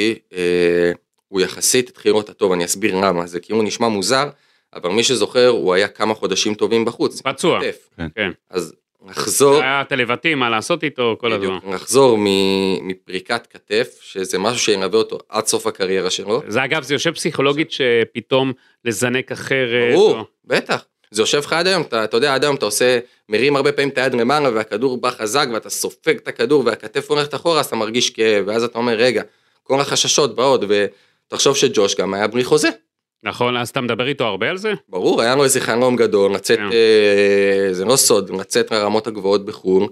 הוא יחסית התחיל אותה טוב, אני אסביר למה, זה כאילו נשמע מוזר, אבל מי שזוכר, הוא היה כמה חודשים טובים בחוץ. פצוע. כן. אז נחזור... היה תלבטים, מה לעשות איתו כל הזמן. נחזור מפריקת כתף, שזה משהו שינבא אותו עד סוף הקריירה שלו. זה אגב, זה יושב פסיכולוגית שפתאום לזנק אחרת. ברור, בטח. זה יושב לך עד היום, אתה, אתה יודע, עד היום אתה עושה, מרים הרבה פעמים את היד למעלה, והכדור בא חזק, ואתה סופג את הכדור, והכתף הולכת אחורה, אז אתה מרגיש כאב, ואז אתה אומר, רגע, כל החששות באות, ותחשוב שג'וש גם היה בלי חוזה. נכון, אז אתה מדבר איתו הרבה על זה? ברור, היה לו איזה חלום גדול, לצאת, אה, זה לא סוד, לצאת לרמות הגבוהות בחו"ל,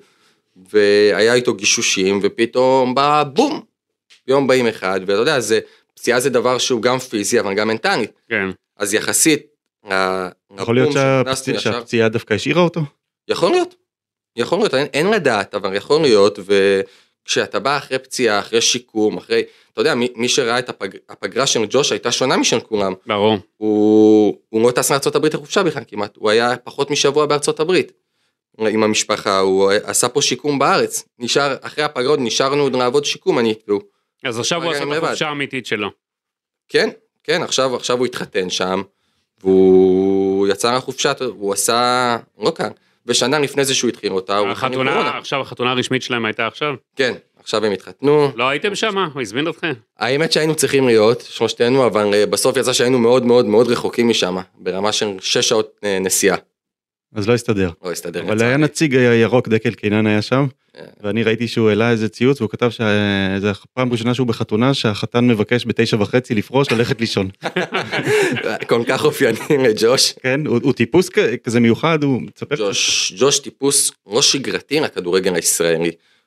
והיה איתו גישושים, ופתאום בא בום, יום באים אחד, ואתה יודע, זה, פציעה זה דבר שהוא גם פיזי, אבל גם מנטלי. כן. אז יחסית, יכול להיות שהפציעה, שהפציעה דווקא השאירה אותו? יכול להיות, יכול להיות, אין, אין לדעת, אבל יכול להיות, וכשאתה בא אחרי פציעה, אחרי שיקום, אחרי... אתה יודע, מי, מי שראה את הפג, הפגרה של ג'וש הייתה שונה משל כולם. ברור. הוא, הוא לא טס לארצות הברית לחופשה בכלל כמעט, הוא היה פחות משבוע בארצות הברית. עם המשפחה, הוא עשה פה שיקום בארץ. נשאר, אחרי הפגרות נשארנו לעבוד שיקום, אני והוא. אז עכשיו הוא עשה את החופשה האמיתית שלו. כן, כן, עכשיו, עכשיו הוא התחתן שם, והוא יצא לחופשה, הוא עשה, לא כאן, ושנה לפני זה שהוא התחיל אותה, הוא התחיל עם קורונה. עכשיו החתונה הרשמית שלהם הייתה עכשיו? כן. עכשיו הם התחתנו. לא הייתם שם? הוא הזמין אתכם? האמת שהיינו צריכים להיות, שלושתנו, אבל בסוף יצא שהיינו מאוד מאוד מאוד רחוקים משם, ברמה של שש שעות נסיעה. אז לא הסתדר. לא הסתדר. אבל היה נציג ירוק, דקל קינן היה שם, ואני ראיתי שהוא העלה איזה ציוץ, והוא כתב שזה הפעם ראשונה שהוא בחתונה, שהחתן מבקש בתשע וחצי לפרוש, ללכת לישון. כל כך אופייני לג'וש. כן, הוא טיפוס כזה מיוחד, הוא מצפר. ג'וש טיפוס לא שגרתי לכדורגל הישראלי.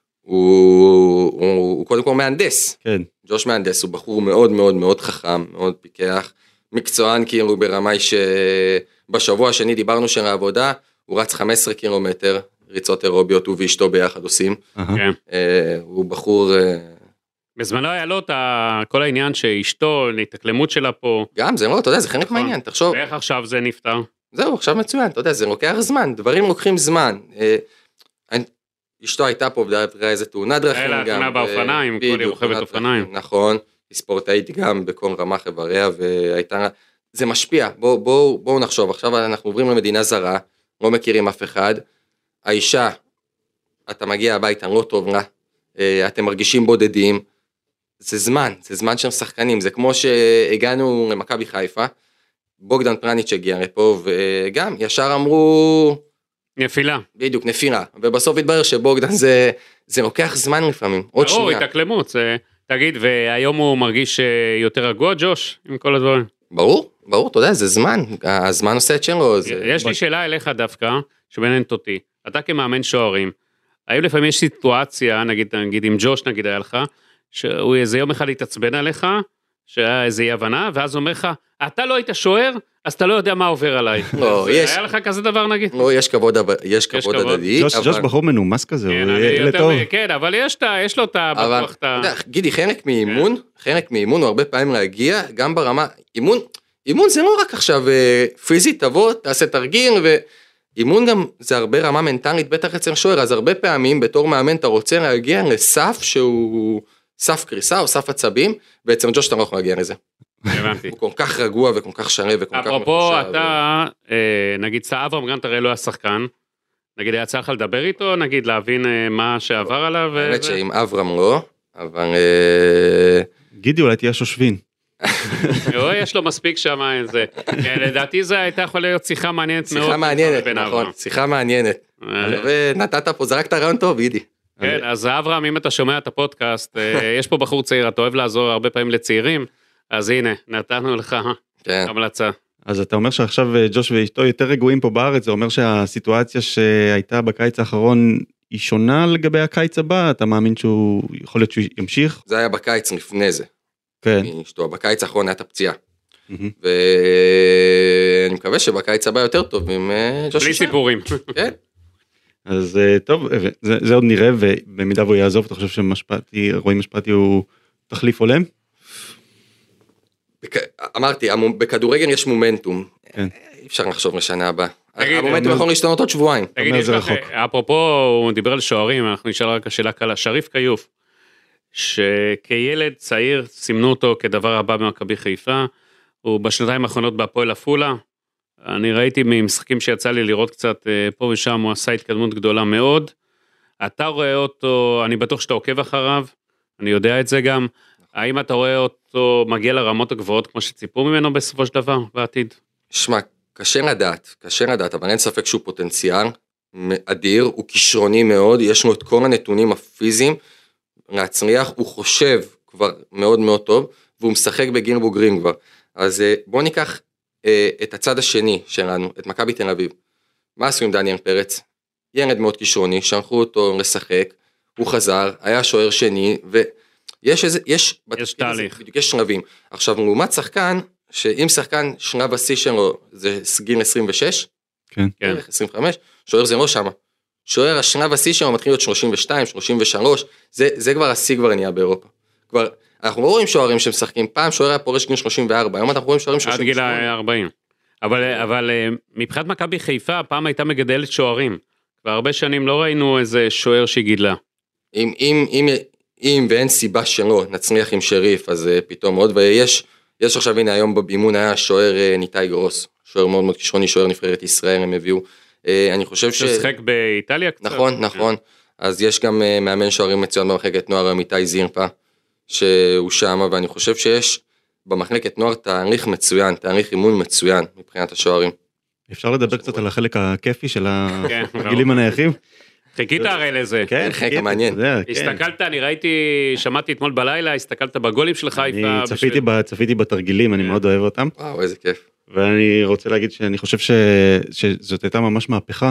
הוא, הוא, הוא קודם כל מהנדס. כן. ג'וש מהנדס, הוא בחור מאוד מאוד מאוד חכם, מאוד פיקח, מקצוען כאילו ברמה שבשבוע השני דיברנו של העבודה, הוא רץ חמישה עשר קילומטר, ריצות אירוביות, הוא ואשתו ביחד עושים. כן. הוא בחור... בזמנו היה לו את כל העניין שאשתו, להתאקלמות שלה פה. גם, זה לא, אתה יודע, זה חלק מהעניין, תחשוב. ואיך עכשיו זה נפטר? זהו, עכשיו מצוין, אתה יודע, זה לוקח זמן, דברים לוקחים זמן. אשתו הייתה פה, בדרך איזה תאונת דרכים גם. היה לה תאונה באופניים, כל היא רוכבת אופניים. נכון, היא ספורטאית גם בכל רמה חבריה, והייתה, זה משפיע, בואו בוא, בוא נחשוב, עכשיו אנחנו עוברים למדינה זרה, לא מכירים אף אחד, האישה, אתה מגיע הביתה, לא טוב לה, אתם מרגישים בודדים, זה זמן, זה זמן של שחקנים, זה כמו שהגענו למכבי חיפה, בוגדן פרניץ' הגיע לפה, וגם ישר אמרו... נפילה. בדיוק, נפילה, ובסוף התברר שבוגדן זה, זה לוקח זמן לפעמים, עוד ברור, שנייה. התאקלמות, זה... תגיד, והיום הוא מרגיש יותר רגוע, ג'וש, עם כל הדברים? ברור, ברור, אתה יודע, זה זמן, הזמן עושה את שלו. זה... יש לי שאלה אליך דווקא, שמעניינת אותי, אתה כמאמן שוערים, האם לפעמים יש סיטואציה, נגיד, נגיד עם ג'וש נגיד היה לך, שהוא איזה יום אחד יתעצבן עליך, שהיה איזה אי הבנה, ואז הוא אומר לך, אתה לא היית שוער, אז אתה לא יודע מה עובר עליי. לא, יש... היה לך כזה דבר נגיד? לא, יש כבוד, יש כבוד הדדי. ג'וש, ג'וש בחור מנומס כזה, הוא ילד טוב. כן, אבל יש לו את הבטוח, את ה... גידי, חלק מאימון, חלק מאימון הוא הרבה פעמים להגיע, גם ברמה, אימון, אימון זה לא רק עכשיו פיזית, תבוא, תעשה תרגיל, ואימון גם זה הרבה רמה מנטלית, בטח אצל שוער, אז הרבה פעמים בתור מאמן אתה רוצה להגיע לסף שהוא סף קריסה או סף עצבים, בעצם ג'וש אתה לא יכול להגיע לזה. הבנתי. הוא כל כך רגוע וכל כך שלב וכל כך... אפרופו אתה, נגיד אברהם גרנט הרי לא היה שחקן, נגיד יצא לך לדבר איתו, נגיד להבין מה שעבר עליו. האמת שעם אברהם לא, אבל... גידי אולי תהיה שושבין. יש לו מספיק שם איזה, לדעתי זה הייתה יכולה להיות שיחה מעניינת מאוד. שיחה מעניינת, נכון, שיחה מעניינת. ונתת פה, זרקת רעיון טוב, גידי. כן, אז אברהם, אם אתה שומע את הפודקאסט, יש פה בחור צעיר, אתה אוהב לעזור הרבה פעמים לצעירים, אז הנה, נתנו לך המלצה. אז אתה אומר שעכשיו ג'וש ואשתו יותר רגועים פה בארץ, זה אומר שהסיטואציה שהייתה בקיץ האחרון היא שונה לגבי הקיץ הבא, אתה מאמין שהוא יכול להיות שהוא ימשיך? זה היה בקיץ לפני זה. כן. אשתו, בקיץ האחרון הייתה פציעה. ואני מקווה שבקיץ הבא יותר טוב עם ג'וש. בלי סיפורים. כן. אז טוב, זה, זה עוד נראה, ובמידה והוא יעזוב, אתה חושב שמשפטי, רועי משפטי הוא תחליף עולם? אמרתי, בכדורגל יש מומנטום. כן. אי אפשר לחשוב לשנה הבאה. המומנטום יכול להשתנות עוד שבועיים. תגיד, אפרופו, הוא דיבר על שוערים, אנחנו נשאל רק השאלה קלה, שריף קיוף, שכילד צעיר סימנו אותו כדבר הבא במכבי חיפה, הוא בשנתיים האחרונות בהפועל עפולה, אני ראיתי ממשחקים שיצא לי לראות קצת פה ושם, הוא עשה התקדמות גדולה מאוד, אתה רואה אותו, אני בטוח שאתה עוקב אחריו, אני יודע את זה גם, האם אתה רואה אותו מגיע לרמות הגבוהות כמו שציפו ממנו בסופו של דבר בעתיד? שמע, קשה לדעת, קשה לדעת, אבל אין ספק שהוא פוטנציאל אדיר, הוא כישרוני מאוד, יש לו את כל הנתונים הפיזיים, להצליח, הוא חושב כבר מאוד מאוד טוב, והוא משחק בגיל בוגרים כבר. אז בואו ניקח את הצד השני שלנו, את מכבי תל אביב. מה עשו עם דניאל פרץ? ילד מאוד כישרוני, שלחו אותו לשחק, הוא חזר, היה שוער שני, ויש איזה, יש, יש תהליך. בדיוק, יש שלבים. עכשיו, לעומת שחקן, שאם שחקן שלב השיא שלו, זה גיל עשרים ושש, כן. כן. עשרים וחמש, שוער זה לא שמה. שוער השלב השיא שלו מתחיל להיות שלושים ושתיים, שלושים ושלוש, זה, זה כבר השיא כבר נהיה באירופה. כבר, אנחנו לא רואים שוערים שמשחקים, פעם שוער היה פורש גיל שלושים וארבע, היום אנחנו רואים שוערים שלושים ושמונה. עד גיל ארבעים. אבל, אבל מבחינת מכבי חיפה, פעם הייתה מגדלת שוערים. כבר הרבה שנים לא ראינו איזה שוער שגידלה. אם, אם, אם, אם ואין סיבה שלא נצליח עם שריף, אז פתאום עוד, ויש, יש עכשיו, הנה היום באימון היה שוער ניתאי גרוס, שוער מאוד מאוד כישרוני, שוער נבחרת ישראל, הם הביאו. אני חושב ש... ששחק באיטליה קצת. נכון, נכון. אז יש גם מאמן שוערים מצוין במחלקת נוער, עמיתי זירפה, שהוא שם, ואני חושב שיש במחלקת נוער תאריך מצוין, תאריך אימון מצוין מבחינת השוערים. אפשר לדבר קצת על החלק הכיפי של הגילים הנייחים? חיכית הרי לזה. כן, חלק המעניין. הסתכלת, אני ראיתי, שמעתי אתמול בלילה, הסתכלת בגולים של חיפה. אני צפיתי בתרגילים, אני מאוד אוהב אותם. וואו, איזה כיף. ואני רוצה להגיד שאני חושב שזאת הייתה ממש מהפכה.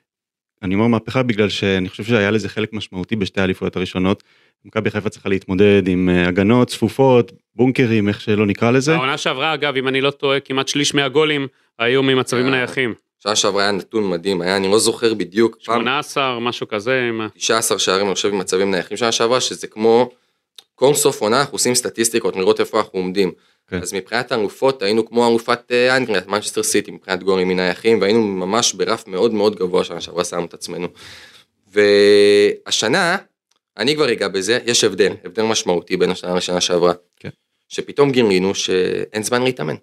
אני אומר מהפכה בגלל שאני חושב שהיה לזה חלק משמעותי בשתי האליפויות הראשונות. מכבי חיפה צריכה להתמודד עם הגנות, צפופות, בונקרים, איך שלא נקרא לזה. העונה שעברה, אגב, אם אני לא טועה, כמעט שליש מהגולים היו ממצבים נייחים. שעה שעברה היה נתון מדהים, היה, אני לא זוכר בדיוק. שמונה עשר, משהו כזה. תשע עשר שערים, אני חושב, במצבים נייחים שעה שעברה, שזה כמו, כל סוף עונה, אנחנו עושים סטטיסטיקות, לראות איפה אנחנו עומדים. אז מבחינת אלופות, היינו כמו אלופת אנגליה, מנצ'סטר סיטי, מבחינת גולים מנייחים, והיינו ממש ברף מאוד מאוד גבוה, שעה שעברה שמנו את עצמנו. והשנה, אני כבר אגע בזה, יש הבדל, הבדל משמעותי בין השנה לשנה שעברה, כן. שפתאום גילינו שאין זמן להתאמן.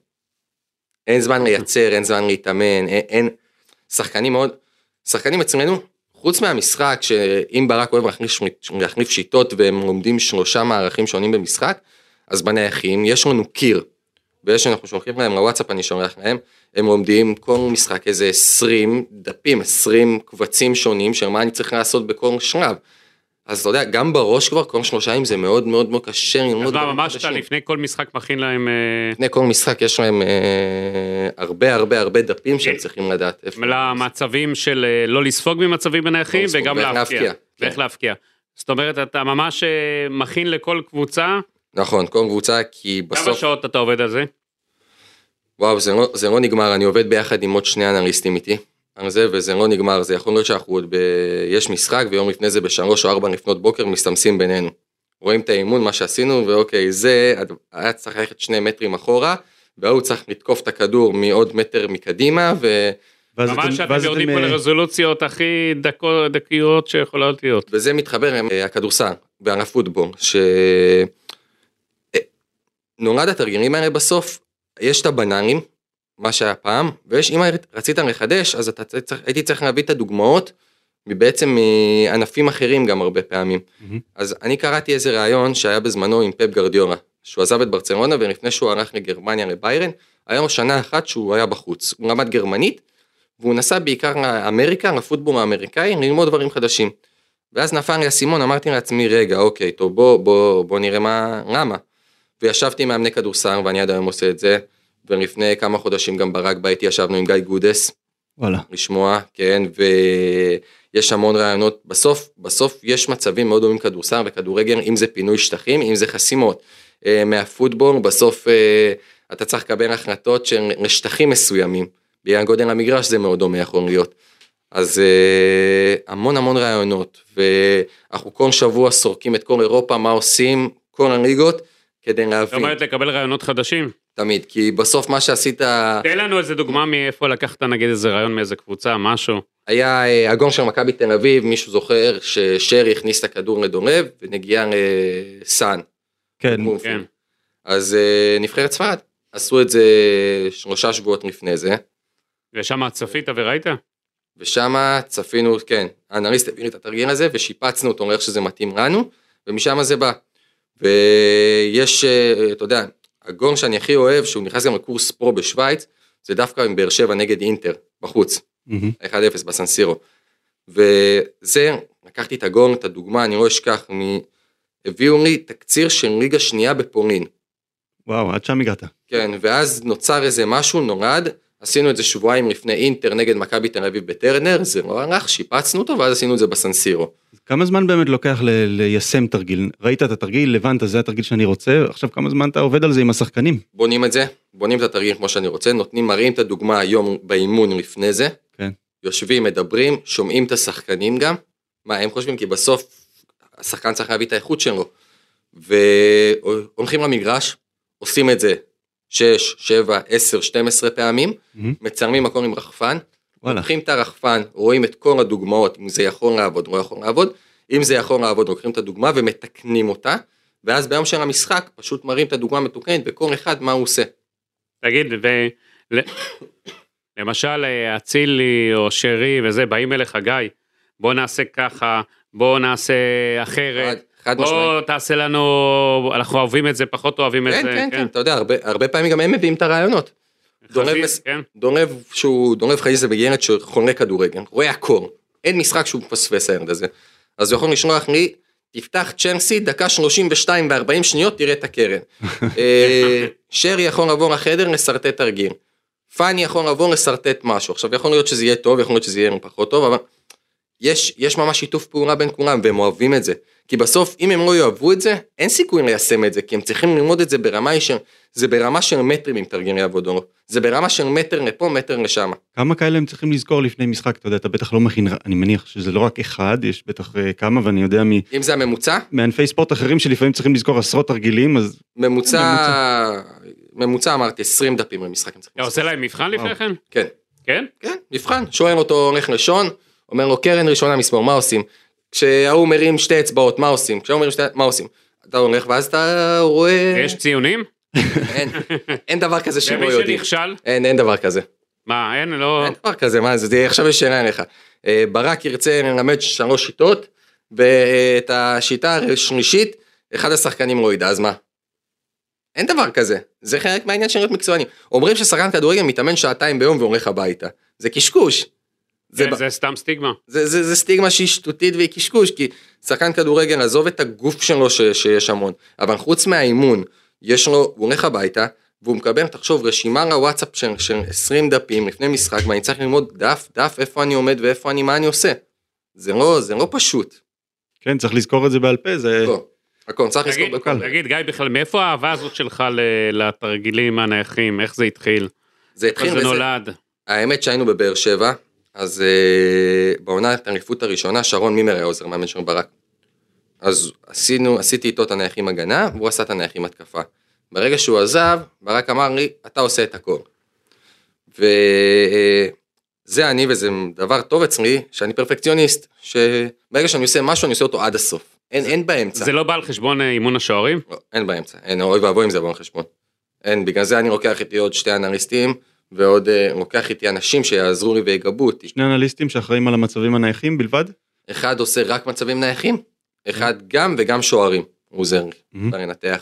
אין זמן לייצר, אין זמן להתאמן, אין, אין, שחקנים מאוד, שחקנים אצלנו חוץ מהמשחק, שאם ברק אוהב להחליף שיטות, והם לומדים שלושה מערכים שונים במשחק, אז בנייחים יש לנו קיר, ויש אנחנו שולחים להם לוואטסאפ, אני שולח להם, הם לומדים כל משחק איזה עשרים דפים, עשרים קבצים שונים, של מה אני צריך לעשות בכל שלב. אז אתה יודע, גם בראש כבר, כל שלושה זה מאוד מאוד מאוד קשה. אז מה, ממש אתה לפני כל משחק מכין להם... לפני כל משחק יש להם הרבה הרבה הרבה דפים שהם צריכים לדעת. למצבים של לא לספוג ממצבים בנייחים, וגם להפקיע. ואיך להפקיע. זאת אומרת, אתה ממש מכין לכל קבוצה. נכון, כל קבוצה, כי בסוף... כמה שעות אתה עובד על זה? וואו, זה לא, זה לא נגמר, אני עובד ביחד עם עוד שני אנליסטים איתי. על זה, וזה לא נגמר, זה יכול להיות שאנחנו עוד ב... יש משחק, ויום לפני זה בשלוש או ארבע לפנות בוקר, מסתמסים בינינו. רואים את האימון, מה שעשינו, ואוקיי, זה, היה צריך ללכת שני מטרים אחורה, והוא צריך לתקוף את הכדור מעוד מטר מקדימה, ו... ממש שאתם יורדים פה לרזולוציות הכי דקות, דקיות שיכולות להיות. וזה מתחבר עם הכדורסל, ועל הפוטבול, ש... נולד התרגילים האלה בסוף, יש את הבננים, מה שהיה פעם, ויש, אם רצית לחדש, אז אתה צריך, הייתי צריך להביא את הדוגמאות, מבעצם מענפים אחרים גם הרבה פעמים. Mm-hmm. אז אני קראתי איזה רעיון שהיה בזמנו עם פפ גרדיולה, שהוא עזב את ברצלונה, ולפני שהוא הלך לגרמניה, לביירן, היה לו שנה אחת שהוא היה בחוץ. הוא למד גרמנית, והוא נסע בעיקר לאמריקה, לפוטבול האמריקאי, ללמוד דברים חדשים. ואז נפל לי הסימון, אמרתי לעצמי, רגע, אוקיי, טוב, בוא, בוא, בוא נראה מה, למה. וישבתי עם מאמני כדורסל, ואני עד היום עושה את זה, ולפני כמה חודשים גם ברק ביתי ישבנו עם גיא גודס, וואלה. לשמוע, כן, ויש המון רעיונות, בסוף, בסוף יש מצבים מאוד דומים כדורסל וכדורגל, אם זה פינוי שטחים, אם זה חסימות, מהפוטבול, בסוף אתה צריך לקבל החלטות של שטחים מסוימים, בגלל גודל המגרש זה מאוד דומה יכול להיות, אז המון המון רעיונות, ואנחנו כל שבוע סורקים את כל אירופה, מה עושים, כל הליגות, כדי להבין. זאת אומרת לקבל רעיונות חדשים? תמיד, כי בסוף מה שעשית... תן לנו איזה דוגמה מאיפה לקחת נגיד איזה רעיון מאיזה קבוצה, משהו. היה הגון של מכבי תל אביב, מישהו זוכר ששרי הכניס את הכדור לדונב, ונגיע לסן. כן. כן. אז נבחרת ספרד, עשו את זה שלושה שבועות לפני זה. ושם צפית וראית? ושם צפינו, כן, האנליסט הביא את התרגיל הזה, ושיפצנו אותו, איך שזה מתאים לנו, ומשם זה בא. ויש, אתה יודע, הגון שאני הכי אוהב, שהוא נכנס גם לקורס פרו בשוויץ, זה דווקא עם באר שבע נגד אינטר, בחוץ, אחד אפס בסנסירו. וזה, לקחתי את הגון, את הדוגמה, אני לא אשכח, הביאו לי תקציר של ליגה שנייה בפולין. וואו, עד שם הגעת. כן, ואז נוצר איזה משהו, נורד, עשינו את זה שבועיים לפני אינטר נגד מכבי תל אביב בטרנר, זה לא הלך, שיפצנו אותו, ואז עשינו את זה בסנסירו. כמה זמן באמת לוקח ל- ליישם תרגיל? ראית את התרגיל, לבנת, זה התרגיל שאני רוצה, עכשיו כמה זמן אתה עובד על זה עם השחקנים? בונים את זה, בונים את התרגיל כמו שאני רוצה, נותנים, מראים את הדוגמה היום באימון לפני זה, כן. יושבים, מדברים, שומעים את השחקנים גם, מה הם חושבים? כי בסוף השחקן צריך להביא את האיכות שלו, והולכים למגרש, עושים את זה שש, שבע, עשר, שתים עשרה פעמים, mm-hmm. מצלמים הכל עם רחפן, לוקחים את הרחפן, רואים את כל הדוגמאות, אם זה יכול לעבוד, לא יכול לעבוד, אם זה יכול לעבוד, לוקחים את הדוגמה ומתקנים אותה, ואז ביום של המשחק, פשוט מראים את הדוגמה מתוקנת, וכל אחד מה הוא עושה. תגיד, ול... למשל, אצילי או שרי וזה, באים אליך גיא, בוא נעשה ככה, בוא נעשה אחרת, חד בוא משמעית. תעשה לנו, אנחנו אוהבים את זה, פחות אוהבים את כן, זה. כן, כן, אתה יודע, הרבה, הרבה פעמים גם הם מביאים את הרעיונות. חזיז, כן. דונב שהוא, דונב חזיז זה בגילת שחונה כדורגל, רואה הכל, אין משחק שהוא מפספס הילד הזה, אז הוא יכול לשלוח לי, תפתח צ'לסי, דקה שלושים ושתיים וארבעים שניות, תראה את הקרן. שרי יכול לבוא לחדר, לסרטט תרגיל. פני יכול לבוא לסרטט משהו, עכשיו יכול להיות שזה יהיה טוב, יכול להיות שזה יהיה פחות טוב, אבל יש, יש ממש שיתוף פעולה בין כולם, והם אוהבים את זה. כי בסוף, אם הם לא יאהבו את זה, אין סיכוי ליישם את זה, כי הם צריכים ללמוד את זה ברמה של, זה ברמה של מטרים עם תרגילי עבודות, זה ברמה של מטר לפה, מטר לשם. כמה כאלה הם צריכים לזכור לפני משחק, אתה יודע, אתה בטח לא מכין, אני מניח שזה לא רק אחד, יש בטח כמה, ואני יודע מ... אם זה הממוצע? מענפי ספורט אחרים שלפעמים צריכים לזכור עשרות תרגילים, אז... ממוצע, ממוצע אמרתי, עשרים דפים למשחק. אתה עושה להם מבחן לפני כן? כן. כן? כן, מבחן. שואל אותו, הולך לשון, אומר לו, קרן ראשונה מספור, מה עושים? כשהוא מרים שתי אצבעות, מה עושים? כשהוא מרים שתי, מה עושים? אתה הולך ואז אתה רואה... יש ציונים? אין, אין דבר כזה שהם לא ומי יודעים. שנכשל? אין, אין דבר כזה. מה, אין, לא... אין דבר כזה, מה זה, עכשיו יש שאלה אליך. ברק ירצה ללמד שלוש שיטות, ואת השיטה השלישית, אחד השחקנים לא ידע, אז מה? אין דבר כזה, זה חלק מהעניין של להיות מקצוענים. אומרים ששחקן כדורגל מתאמן שעתיים ביום והולך הביתה, זה קשקוש. זה, זה, זה סתם סטיגמה. זה, זה, זה סטיגמה שהיא שטותית והיא קשקוש, כי שחקן כדורגל, עזוב את הגוף שלו ש, שיש המון, אבל חוץ מהאימון, יש לו, הוא הולך הביתה, והוא מקבל, תחשוב, רשימה לוואטסאפ של, של עשרים דפים לפני משחק, ואני צריך ללמוד דף, דף, איפה אני עומד ואיפה אני, מה אני עושה. זה לא, זה לא פשוט. כן, צריך לזכור את זה בעל פה, זה... לא, הכל, צריך לזכור בכל. תגיד, גיא, בכלל, מאיפה האהבה הזאת שלך לתרגילים הנייחים? איך זה התחיל? זה התחיל וזה נולד. האמת שהיינו בבאר שבע, אז uh, בעונה את האליפות הראשונה, שרון מימר היה עוזר מאמן של ברק. אז עשינו, עשיתי איתו את הנייחים הגנה, והוא עשה את הנייחים התקפה. ברגע שהוא עזב, ברק אמר לי, אתה עושה את הכל. וזה אני, וזה דבר טוב אצלי, שאני פרפקציוניסט, שברגע שאני עושה משהו, אני עושה אותו עד הסוף. אין, אין באמצע. זה לא בא על חשבון אימון השוערים? לא, אין באמצע. אין, אוי ואבוי אם זה בא על חשבון. אין, בגלל זה אני לוקח איתי עוד שתי אנליסטים, ועוד לוקח איתי אנשים שיעזרו לי ויגבו אותי. שני אנליסטים שאחראים על המצבים הנייחים בלבד? אחד עושה רק מצבים נייחים, אחד גם וגם שוערים. הוא עוזר לי, לנתח,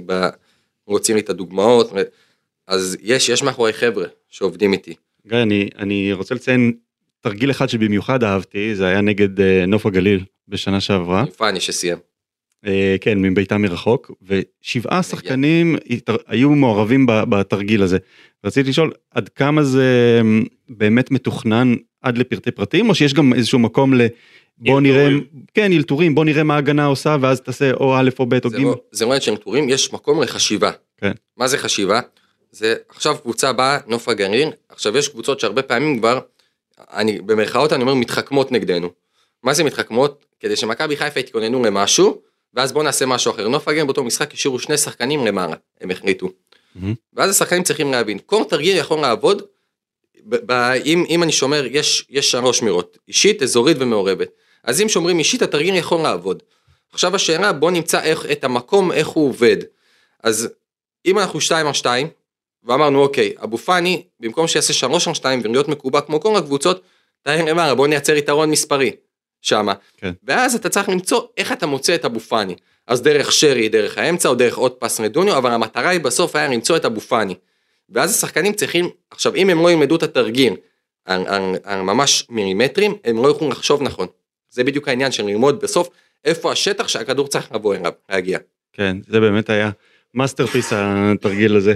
רוצים לי את הדוגמאות, אז יש, יש מאחורי חבר'ה שעובדים איתי. גיא, אני, אני רוצה לציין תרגיל אחד שבמיוחד אהבתי, זה היה נגד נוף הגליל בשנה שעברה. פאני שסיים. כן, מביתה מרחוק, ושבעה שחקנים היו מעורבים בתרגיל הזה. רציתי לשאול, עד כמה זה באמת מתוכנן עד לפרטי פרטים, או שיש גם איזשהו מקום ל... בוא נראה, כן, ילתורים, בוא נראה מה ההגנה עושה, ואז תעשה או א' או ב' או ג'. זה לא עד של ילתורים, יש מקום לחשיבה. כן. מה זה חשיבה? זה עכשיו קבוצה באה, נוף הגליל, עכשיו יש קבוצות שהרבה פעמים כבר, אני, במרכאות אני אומר, מתחכמות נגדנו. מה זה מתחכמות? כדי שמכבי חיפה יתכוננו למשהו, ואז בוא נעשה משהו אחר. נוף הגליל באותו משחק השאירו שני שחקנים למעלה, הם החליטו. Mm-hmm. ואז השחקנים צריכים להבין, כל תרגיל יכול לעבוד, ב- ב- אם, אם אני שומר, יש, יש שלוש שמירות, אישית, אזורית ומעורבת. אז אם שומרים אישית, התרגיל יכול לעבוד. עכשיו השאלה, בוא נמצא איך, את המקום, איך הוא עובד. אז אם אנחנו שתיים על שתיים, ואמרנו, אוקיי, אבו פאני, במקום שיעשה שלוש על שתיים, ולהיות מקובע כמו כל הקבוצות, תאר, בוא נייצר יתרון מספרי, שמה. כן. ואז אתה צריך למצוא איך אתה מוצא את אבו פאני. אז דרך שרי, דרך האמצע, או דרך עוד פס לדוניו, אבל המטרה היא בסוף היה למצוא את אבו פאני. ואז השחקנים צריכים, עכשיו, אם הם לא ילמדו את התרגיל, על, על, על ממש מילימטרים, הם לא יכולים לחשוב נכון. זה בדיוק העניין של ללמוד בסוף, איפה השטח שהכדור צריך לבוא אליו, להגיע. כן, זה באמת היה מאסטרפיס התרגיל הזה.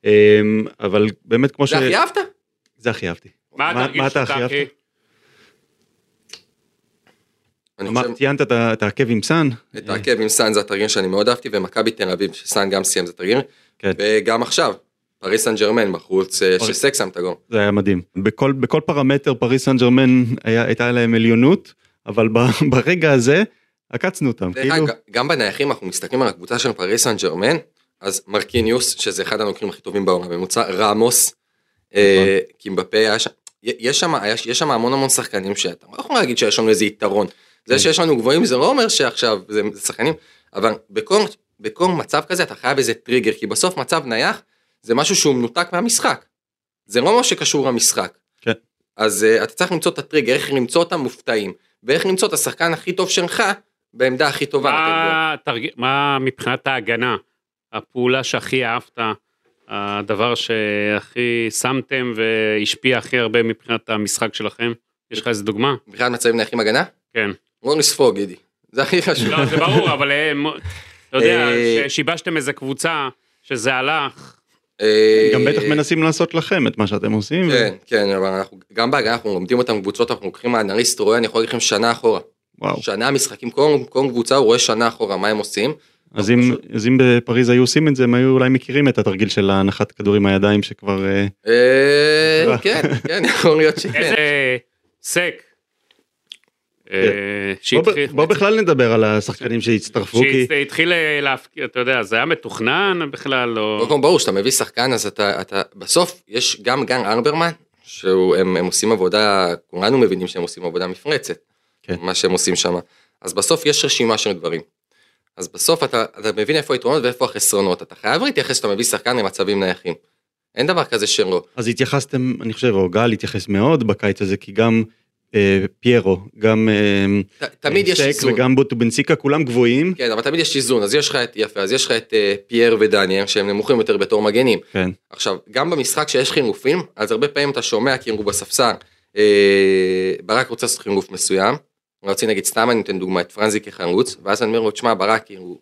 אבל באמת כמו ש... זה הכי אהבת? זה הכי אהבתי. מה אתה הכי אהבת? ציינת את העקב עם סן? את העקב עם סן זה התרגיל שאני מאוד אהבתי, ומכבי תל אביב, שסן גם סיים זה תרגיל, וגם עכשיו, פריס סן ג'רמן בחוץ, שסק שם את הגול. זה היה מדהים. בכל פרמטר פריס סן ג'רמן הייתה להם עליונות, אבל ברגע הזה עקצנו אותם. גם בנייחים אנחנו מסתכלים על הקבוצה של פריס סן ג'רמן, אז מרקיניוס, שזה אחד הנוקרים הכי טובים בעולם, בממוצע, רמוס, קימבפה, יש שם המון המון שחקנים שאתה לא יכול להגיד שיש לנו איזה יתרון. זה שיש לנו גבוהים זה לא אומר שעכשיו זה שחקנים, אבל בכל, בכל מצב כזה אתה חייב איזה טריגר, כי בסוף מצב נייח זה משהו שהוא מנותק מהמשחק. זה לא מה שקשור למשחק. כן. אז uh, אתה צריך למצוא את הטריגר, איך למצוא אותם מופתעים, ואיך למצוא את השחקן הכי טוב שלך, בעמדה הכי טובה. מה, תרג... מה מבחינת ההגנה, הפעולה שהכי אהבת, הדבר שהכי שמתם והשפיע הכי הרבה מבחינת המשחק שלכם? יש לך איזה דוגמה? מבחינת מצבים נייחים הגנה? כן. לא לספוג, גידי. זה הכי חשוב. לא, זה ברור, אבל אתה יודע, שיבשתם איזה קבוצה, שזה הלך. גם בטח מנסים לעשות לכם את מה שאתם עושים. כן, כן, אבל אנחנו, גם בהגנה אנחנו לומדים אותם קבוצות, אנחנו לוקחים מהאנליסט, רואה, אני יכול להגיד לכם שנה אחורה. וואו. שנה משחקים, כל, כל קבוצה הוא רואה שנה אחורה, מה הם עושים. אז אם, אז אם בפריז היו עושים את זה, הם היו אולי מכירים את התרגיל של ההנחת כדורים מהידיים שכבר... כן, כן, יכול להיות שכן. איזה סק. בוא בכלל נדבר על השחקנים שהצטרפו. שהתחיל להפקיע, אתה יודע, זה היה מתוכנן בכלל, או... ברור, שאתה מביא שחקן, אז אתה, בסוף יש גם גן אלברמן, שהם עושים עבודה, כולנו מבינים שהם עושים עבודה מפרצת, מה שהם עושים שם. אז בסוף יש רשימה של דברים. אז בסוף אתה מבין איפה היתרונות ואיפה החסרונות. אתה חייב להתייחס שאתה מביא שחקן למצבים נייחים. אין דבר כזה שלא. אז התייחסתם, אני חושב, או גל התייחס מאוד בקיץ הזה, כי גם אה, פיירו, גם ת, תמיד אה, יש סק איזון. וגם בוטו בנציקה, כולם גבוהים. כן, אבל תמיד יש איזון, אז יש לך את יפה, אז יש לך את אה, פייר ודניאל, שהם נמוכים יותר בתור מגנים. כן. עכשיו, גם במשחק שיש חילופים, אז הרבה פעמים אתה שומע, כי הוא בספסל, אה, ברק רוצה לעשות חילוף מסוים, רציתי נגיד, סתם אני נותן דוגמה, את פרנזי כחלוץ, ואז אני אומר לו, תשמע, ברק, הוא...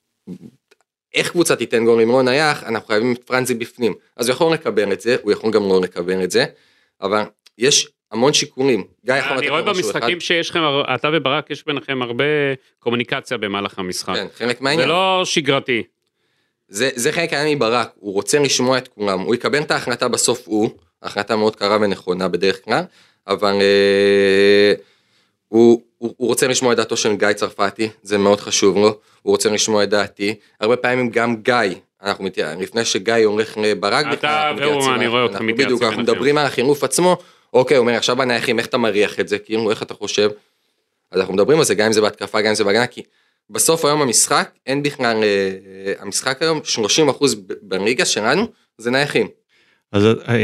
איך קבוצה תיתן גול עם רון נייח, אנחנו חייבים את פרנזי בפנים. אז הוא יכול לקבל את זה, הוא יכול גם לא לקבל את זה, אבל יש המון שיקולים. אני רואה במשחקים שיש לכם, אתה וברק, יש ביניכם הרבה קומוניקציה במהלך המשחק. כן, חלק מהעניין. זה לא שגרתי. זה, זה חלק העניין מברק, הוא רוצה לשמוע את כולם, הוא יקבל את ההחלטה בסוף הוא, ההחלטה מאוד קרה ונכונה בדרך כלל, אבל אה, הוא, הוא, הוא רוצה לשמוע את דעתו של גיא צרפתי, זה מאוד חשוב לו, הוא רוצה לשמוע את דעתי, הרבה פעמים גם גיא, אנחנו מתייעצים, לפני שגיא הולך לברק, אתה והוא, אני רואה אותך מתייעצים. בדיוק, אנחנו מדברים על החילוף עצמו, אוקיי, הוא אומר, עכשיו בנייחים, איך אתה מריח את זה, כאילו, איך אתה חושב, אז אנחנו מדברים על זה, גם אם זה בהתקפה, גם אם זה בהגנה, כי בסוף היום המשחק, אין בכלל, המשחק היום, שלושים אחוז בליגה שלנו, זה נייחים. אז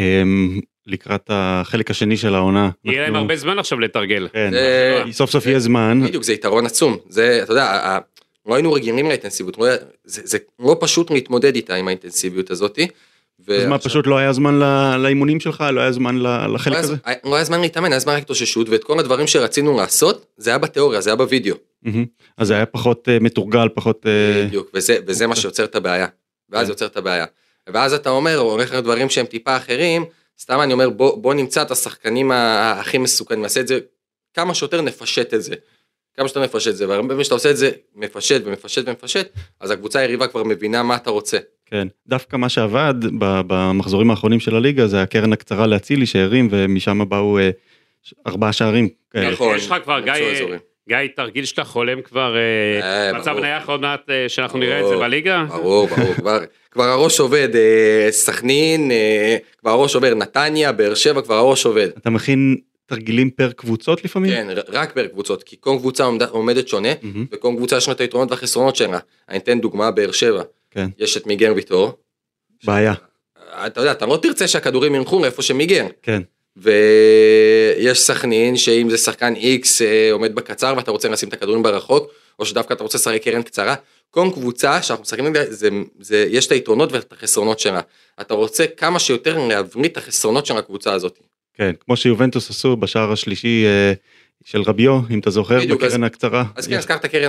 לקראת החלק השני של העונה. יהיה להם הרבה זמן עכשיו לתרגל. כן, סוף סוף יהיה זמן. בדיוק, זה יתרון עצום, זה, אתה יודע, לא היינו רגילים לאינטנסיביות, זה לא פשוט להתמודד איתה עם האינטנסיביות הזאת. אז מה, פשוט לא היה זמן לאימונים שלך, לא היה זמן לחלק הזה? לא היה זמן להתאמן, היה זמן רק תוששות, ואת כל הדברים שרצינו לעשות, זה היה בתיאוריה, זה היה בווידאו. אז זה היה פחות מתורגל, פחות... בדיוק, וזה מה שיוצר את הבעיה, ואז יוצר את הבעיה. ואז אתה אומר, הולך לדברים שהם טיפה אחרים, סתם אני אומר, בוא נמצא את השחקנים הכי מסוכנים, נעשה את זה, כמה שיותר נפשט את זה. כמה שאתה מפשט את זה, והרבה פעמים שאתה עושה את זה, מפשט ומפשט ומפשט, אז הקבוצה היריבה כבר מבינה מה אתה רוצה. כן, דווקא מה שעבד במחזורים האחרונים של הליגה, זה הקרן הקצרה להצילי שערים, ומשם באו ארבעה שערים. נכון. יש לך כבר, גיא, תרגיל שאתה חולם כבר, מצב נייח עוד מעט, שאנחנו נראה את זה בליגה? ברור, ברור, כבר הראש עובד, סכנין, כבר הראש עובד, נתניה, באר שבע, כבר הראש עובד. אתה מכין תרגילים פר קבוצות לפעמים? כן, רק פר קבוצות, כי כל קבוצה עומדת שונה, וכל קבוצה יש לה את היתרונות והחסרונות שלה. אני אתן דוגמה, באר שבע. יש את מיגר ויטור. בעיה. אתה יודע, אתה לא תרצה שהכדורים ינחו לאיפה שמיגר. כן. ויש סכנין, שאם זה שחקן X עומד בקצר, ואתה רוצה לשים את הכדורים ברחוק, או שדווקא אתה רוצה לשחק קרן קצרה, כל קבוצה שאנחנו משחקים, זה, זה, יש את היתרונות ואת החסרונות שלה. אתה רוצה כמה שיותר להבריא את החסרונות של הקבוצה הזאת. כן, כמו שיובנטוס עשו בשער השלישי של רביו, אם אתה זוכר, בקרן הקצרה. אז כן, אז קח את הקרן,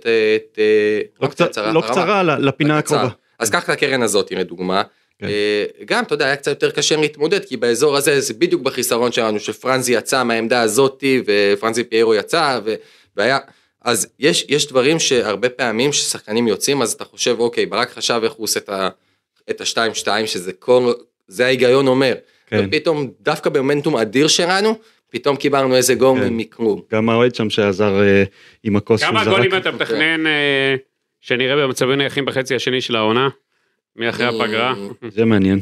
לא קצרה, לפינה הקרובה. אז קח את הקרן הזאת, לדוגמה, גם, אתה יודע, היה קצת יותר קשה להתמודד, כי באזור הזה, זה בדיוק בחיסרון שלנו, שפרנזי יצא מהעמדה הזאת, ופרנזי פיירו יצא, והיה, אז יש, יש דברים שהרבה פעמים ששחקנים יוצאים, אז אתה חושב, אוקיי, ברק חשב איך הוא עושה את ה-שתיים שתיים, שזה כל, זה ההיגיון אומר, ופתאום, דווקא במומנטום אדיר שלנו, פתאום קיבלנו איזה גול מכלום. גם האוהד שם שעזר עם הכוס שהוא זרק. כמה גולים אתה מתכנן שנראה במצבים נייחים בחצי השני של העונה? מאחרי הפגרה? זה מעניין.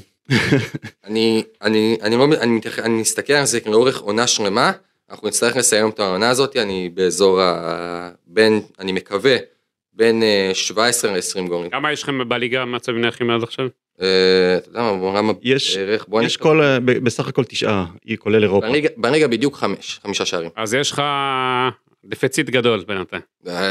אני, אני, אני לא, אני, אני מסתכל על זה לאורך עונה שלמה, אנחנו נצטרך לסיים את העונה הזאת, אני באזור ה... בין, אני מקווה, בין שבע עשרה ל-עשרים גולים. כמה יש לכם בליגה מצבים נייחים עד עכשיו? אתה יודע מה, בעולם בערך, יש כל, בסך הכל תשעה, היא כולל אירופה. בליגה בדיוק חמש, חמישה שערים. אז יש לך דפציט גדול בינתיים.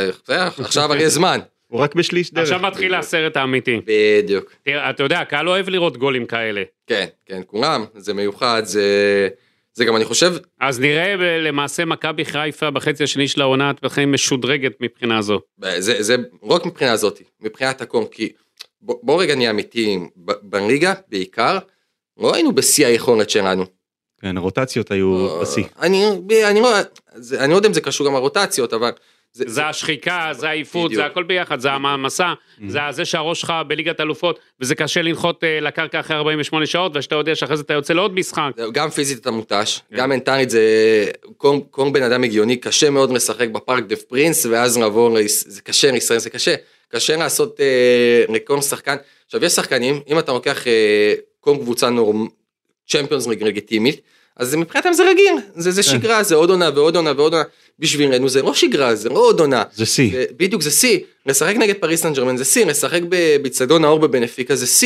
עכשיו הרי זמן. הוא רק בשליש דרך. עכשיו מתחיל הסרט האמיתי. בדיוק. תראה, אתה יודע, הקהל אוהב לראות גולים כאלה. כן, כן, כולם, זה מיוחד, זה... זה גם אני חושב... אז נראה למעשה מכבי חיפה בחצי השני של העונה, בכלל משודרגת מבחינה זו. זה, זה רק מבחינה הזאת, מבחינת הקום, כי בוא, בוא רגע נהיה אמיתיים, בליגה בעיקר, לא היינו בשיא היכולת שלנו. כן, הרוטציות היו בשיא. אני, אני, לא, אני לא יודע אם זה קשור גם הרוטציות, אבל... זה, זה, זה השחיקה, זה העיפות, זה הכל ביחד, זה המסע, mm-hmm. זה זה שהראש שלך בליגת אלופות, וזה קשה לנחות uh, לקרקע אחרי ארבעים ושמונה שעות, ושאתה יודע שאחרי זה אתה יוצא לעוד משחק. גם פיזית אתה מותש, yeah. גם מנטלית זה, כל, כל בן אדם הגיוני, קשה מאוד לשחק בפארק דה פרינס, ואז לעבור, זה קשה, לישראל זה קשה, קשה לעשות uh, לכל שחקן, עכשיו יש שחקנים, אם אתה לוקח uh, כל קבוצה נורם, צ'מפיונס לגיטימית, אז מבחינתם זה רגיל, זה, זה שגרה, זה עוד עונה ועוד עונה ועוד עונה, בשבילנו זה לא שגרה, זה לא עוד עונה. זה סי. בדיוק זה סי, לשחק נגד פריס סן ז'רמן זה סי, לשחק בצדון האור בבנפיקה זה סי,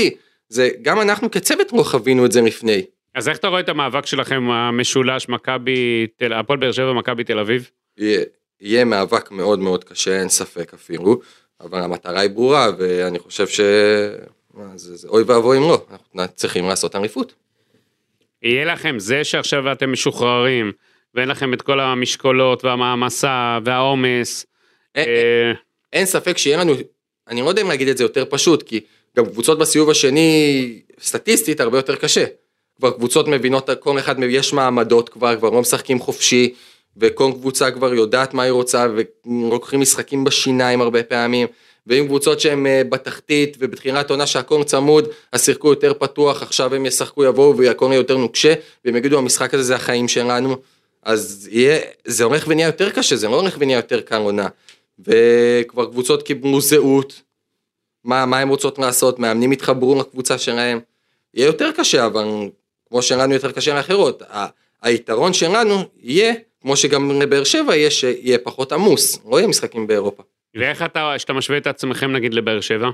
זה, גם אנחנו כצוות לא חווינו את זה לפני. אז איך אתה רואה את המאבק שלכם, המשולש, מכבי, הפועל באר שבע ומכבי תל אביב? יהיה, יהיה מאבק מאוד מאוד קשה, אין ספק אפילו, אבל המטרה היא ברורה, ואני חושב ש... זה, זה אוי ואבוי אם לא, אנחנו צריכים לעשות אליפות. יהיה לכם זה שעכשיו אתם משוחררים, ואין לכם את כל המשקולות והמעמסה והעומס. אין, אה... אין ספק שיהיה לנו, אני לא יודע אם להגיד את זה יותר פשוט, כי גם קבוצות בסיבוב השני, סטטיסטית, הרבה יותר קשה. כבר קבוצות מבינות, כל אחד יש מעמדות כבר, כבר לא משחקים חופשי, וכל קבוצה כבר יודעת מה היא רוצה, ולוקחים משחקים בשיניים הרבה פעמים, ועם קבוצות שהן בתחתית, ובתחילת עונה שהכל צמוד, השיחקו יותר פתוח, עכשיו הם ישחקו יבואו, והכל יהיה יותר נוקשה, והם יגידו, המשחק הזה זה החיים שלנו, אז יהיה, זה הולך ונהיה יותר קשה, זה לא הולך ונהיה יותר קל עונה, וכבר קבוצות קיבלו זהות, מה, מה הם רוצות לעשות, מאמנים התחברו לקבוצה שלהם, יהיה יותר קשה, אבל כמו שלנו יותר קשה לאחרות, היתרון שלנו יהיה, כמו שגם לבאר שבע יהיה, שיהיה פחות עמוס, לא יהיה משחקים באירופה. ואיך אתה, שאתה משווה את עצמכם נגיד לבאר שבע?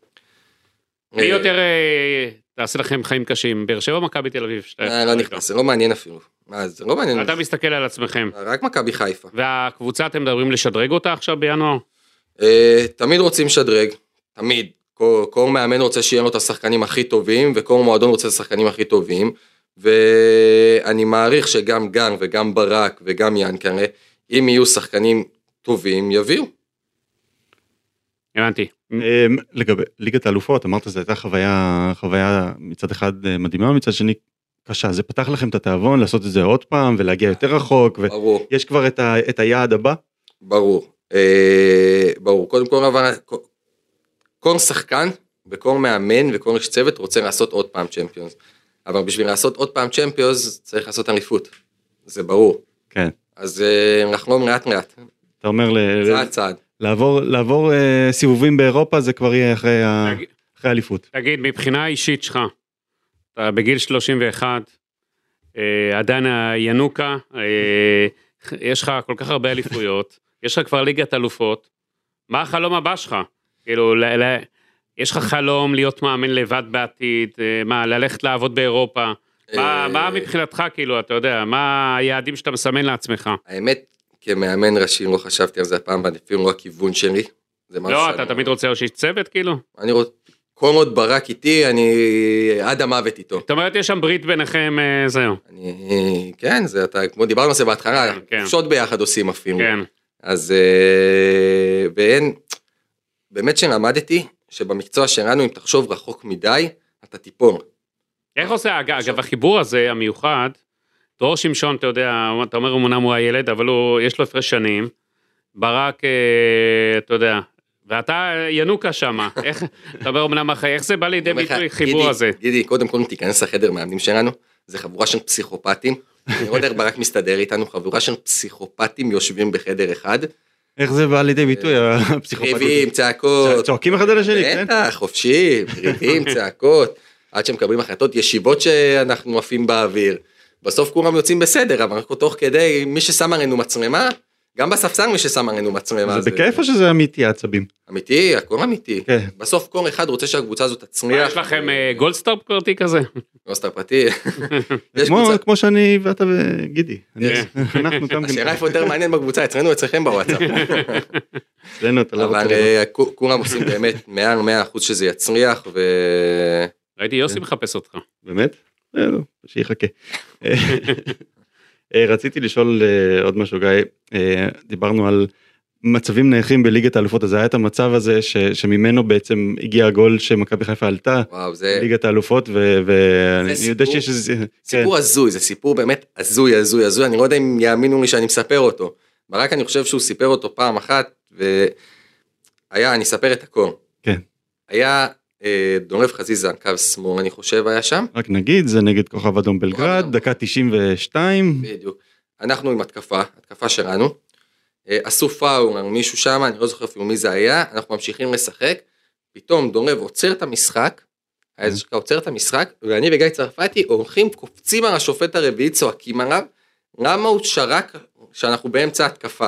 מי יותר תעשה לכם חיים קשים, באר שבע או מכבי תל אביב? לא נכנס, זה לא מעניין אפילו. זה לא מעניין. אתה מסתכל על עצמכם. רק מכבי חיפה. והקבוצה אתם מדברים לשדרג אותה עכשיו בינואר? תמיד רוצים לשדרג, תמיד. כל מאמן רוצה שיהיה לו את השחקנים הכי טובים, וכל מועדון רוצה את השחקנים הכי טובים, ואני מעריך שגם גן וגם ברק וגם ינקלה, אם יהיו שחקנים טובים, יביאו. הבנתי. לגבי ליגת האלופות, אמרת שזו הייתה חוויה, חוויה מצד אחד מדהימה, מצד שני קשה. זה פתח לכם את התאבון לעשות את זה עוד פעם, ולהגיע יותר רחוק, ויש כבר את, ה, את היעד הבא? ברור. ברור. קודם כל, אבל כל שחקן וכל מאמן וכל איש צוות רוצה לעשות עוד פעם צ'מפיונס. אבל בשביל לעשות עוד פעם צ'מפיונס, צריך לעשות אליפות. זה ברור. כן. אז נחלום לאט לאט. אתה אומר צעד צעד. לעבור, לעבור אה, סיבובים באירופה, זה כבר יהיה אחרי, ה... תגיד, אחרי האליפות. תגיד, מבחינה אישית שלך, אתה בגיל שלושים ואחת, אה, עדיין הינוקה, אה, יש לך כל כך הרבה אליפויות, יש לך כבר ליגת אלופות, מה החלום הבא שלך? כאילו, ל, ל, יש לך חלום להיות מאמן לבד בעתיד, אה, מה, ללכת לעבוד באירופה, מה, מה מבחינתך, כאילו, אתה יודע, מה היעדים שאתה מסמן לעצמך? האמת, כמאמן ראשי לא חשבתי על זה הפעם, ואני אפילו לא הכיוון שלי. לא, אתה תמיד רוצה או שיש צוות, כאילו? אני רוצה, כל עוד ברק איתי, אני עד המוות איתו. זאת אומרת, יש שם ברית ביניכם, זהו. אני, כן, זה, אתה, כמו דיברנו על זה בהתחלה, פשוט ביחד עושים אפילו. כן. אז, ואין, באמת שלמדתי, שבמקצוע שלנו, אם תחשוב רחוק מדי, אתה טיפול. איך עושה, אגב, החיבור הזה, המיוחד, דרור שמשון, אתה יודע, אתה אומר, אמנם הוא הילד, אבל הוא, יש לו הפרש שנים, ברק, אתה יודע, ואתה ינוקה שמה, איך, אתה אומר, אמנם אחרי, איך זה בא לידי ביטוי חיבור הזה? גידי, קודם כל תיכנס לחדר מאמנים שלנו, זה חבורה של פסיכופטים, אני לא יודע איך ברק מסתדר איתנו, חבורה של פסיכופטים יושבים בחדר אחד. איך זה בא לידי ביטוי, הפסיכופטים? ריבים, צעקות. צועקים אחד על השני, כן? בטח, חופשי, ריבים, צעקות, עד שמקבלים החלטות, ישיבות שאנחנו עפים באוויר. בסוף כולם יוצאים בסדר, אבל תוך כדי, מי ששם עלינו מצלמה, גם בספסל מי ששם עלינו מצלמה. זה בכיף או שזה אמיתי, העצבים? אמיתי, הכל אמיתי. בסוף כל אחד רוצה שהקבוצה הזאת תצליח. יש לכם גולדסטארפ פרטי כזה? גולדסטארפ פרטי. כמו שאני ואתה וגידי. השאלה איפה יותר מעניין בקבוצה, אצלנו אצלכם בוואטסאפ. אבל כולם עושים באמת מעל מאה אחוז שזה יצליח. ראיתי יוסי מחפש אותך. באמת? לא, שיחכה. רציתי לשאול עוד משהו, גיא, דיברנו על מצבים נייחים בליגת האלופות, אז היה את המצב הזה שממנו בעצם הגיע הגול שמכבי חיפה עלתה, ליגת האלופות, ואני יודע שיש איזה... סיפור הזוי, זה סיפור באמת הזוי, הזוי, הזוי, אני לא יודע אם יאמינו לי שאני מספר אותו, רק אני חושב שהוא סיפר אותו פעם אחת, והיה, אני אספר את הכל. כן. היה... דונלב חזיזה, קו שמאל, אני חושב, היה שם. רק נגיד, זה נגד כוכב אדום בלגרד, דקה תשעים ושתיים. בדיוק. אנחנו עם התקפה, התקפה שלנו. עשו פאול, מישהו שם, אני לא זוכר אפילו מי זה היה, אנחנו ממשיכים לשחק, פתאום דונלב עוצר את המשחק, האיזשכה עוצר את המשחק, ואני וגיא צרפתי הולכים, קופצים על השופט הרביעי, צועקים עליו, למה הוא שרק שאנחנו באמצע התקפה.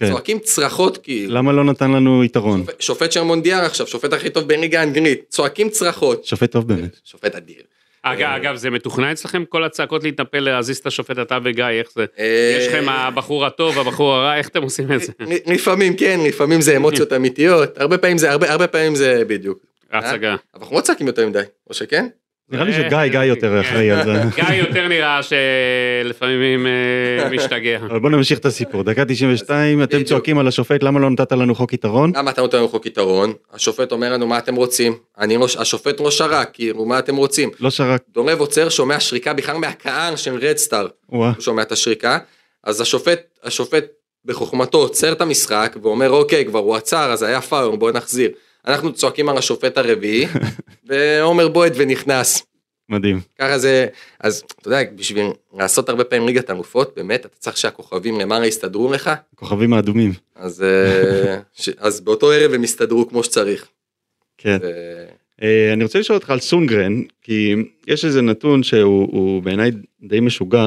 צועקים צרחות כאילו. למה לא נתן לנו יתרון? שופט של מונדיאל עכשיו, שופט הכי טוב בליגה האנגלית, צועקים צרחות. שופט טוב באמת. שופט אדיר. אגב, זה מתוכנן אצלכם כל הצעקות להתנפל, להזיז את השופט אתה וגיא, איך זה? יש לכם הבחור הטוב, הבחור הרע, איך אתם עושים את זה? לפעמים כן, לפעמים זה אמוציות אמיתיות, הרבה פעיים זה, הרבה פעמים זה בדיוק. הצגה. אבל אנחנו לא צועקים יותר מדי, או שכן? נראה לי שגיא, גיא יותר אחראי על זה. גיא יותר נראה שלפעמים משתגע. אבל בוא נמשיך את הסיפור, דקה תשעים ושתיים, אתם צועקים על השופט, למה לא נתת לנו חוק יתרון? למה אתה נותן לנו חוק יתרון? השופט אומר לנו מה אתם רוצים, השופט לא שרק, כאילו מה אתם רוצים? לא שרק. דורב עוצר, שומע שריקה בכלל מהקהל של רדסטאר, הוא שומע את השריקה, אז השופט, השופט בחוכמתו עוצר את המשחק, ואומר אוקיי, כבר הוא עצר, אז היה פאול, בואו נחזיר. אנחנו צועקים על השופט הרביעי, ועומר בועט ונכנס. מדהים. ככה זה, אז אתה יודע, בשביל לעשות הרבה פעמים ליגת אלופות, באמת, אתה צריך שהכוכבים למעלה יסתדרו לך. הכוכבים האדומים. אז, אז באותו ערב הם יסתדרו כמו שצריך. כן. אני רוצה לשאול אותך על סונגרן, כי יש איזה נתון שהוא בעיניי די משוגע,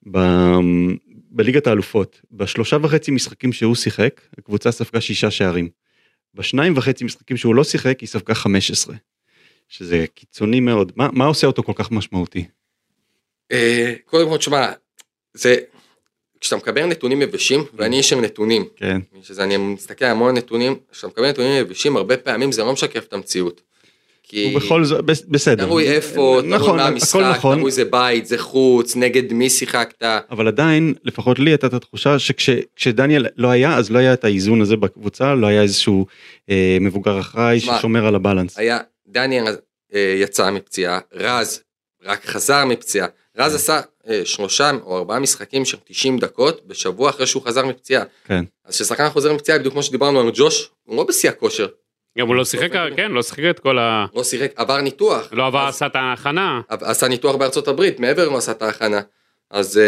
בליגת האלופות, בשלושה וחצי משחקים שהוא שיחק, הקבוצה ספגה שישה שערים. בשניים וחצי משחקים שהוא לא שיחק, היא ספגה חמש עשרה. שזה קיצוני מאוד. מה, מה עושה אותו כל כך משמעותי? קודם כל, תשמע, זה, כשאתה מקבל נתונים יבשים, ואני איש של נתונים, כן. שזה, אני מסתכל על המון נתונים, כשאתה מקבל נתונים יבשים, הרבה פעמים זה לא משקף את המציאות. כי... ובכל זאת, בסדר. תלוי איפה, נכון, תלוי מה המשחק, נכון. תלוי זה בית, זה חוץ, נגד מי שיחקת. אבל עדיין, לפחות לי הייתה את התחושה שכשדניאל לא היה, אז לא היה את האיזון הזה בקבוצה, לא היה איזשהו אה, מבוגר אחראי ששומר על הבלנס. היה, דניאל אה, יצא מפציעה, רז רק חזר מפציעה, רז עשה אה, שלושה או ארבעה משחקים של תשעים דקות, בשבוע אחרי שהוא חזר מפציעה. כן. אז כששחקן חוזר מפציעה, בדיוק כמו שדיברנו על ג'וש, הוא לא בשיא הכושר. גם הוא לא שיחק, כן, לא שיחק את כל ה... לא שיחק, עבר ניתוח. לא עבר, עשה את ההכנה. עשה ניתוח בארצות הברית, מעבר לא עשה את ההכנה. אז,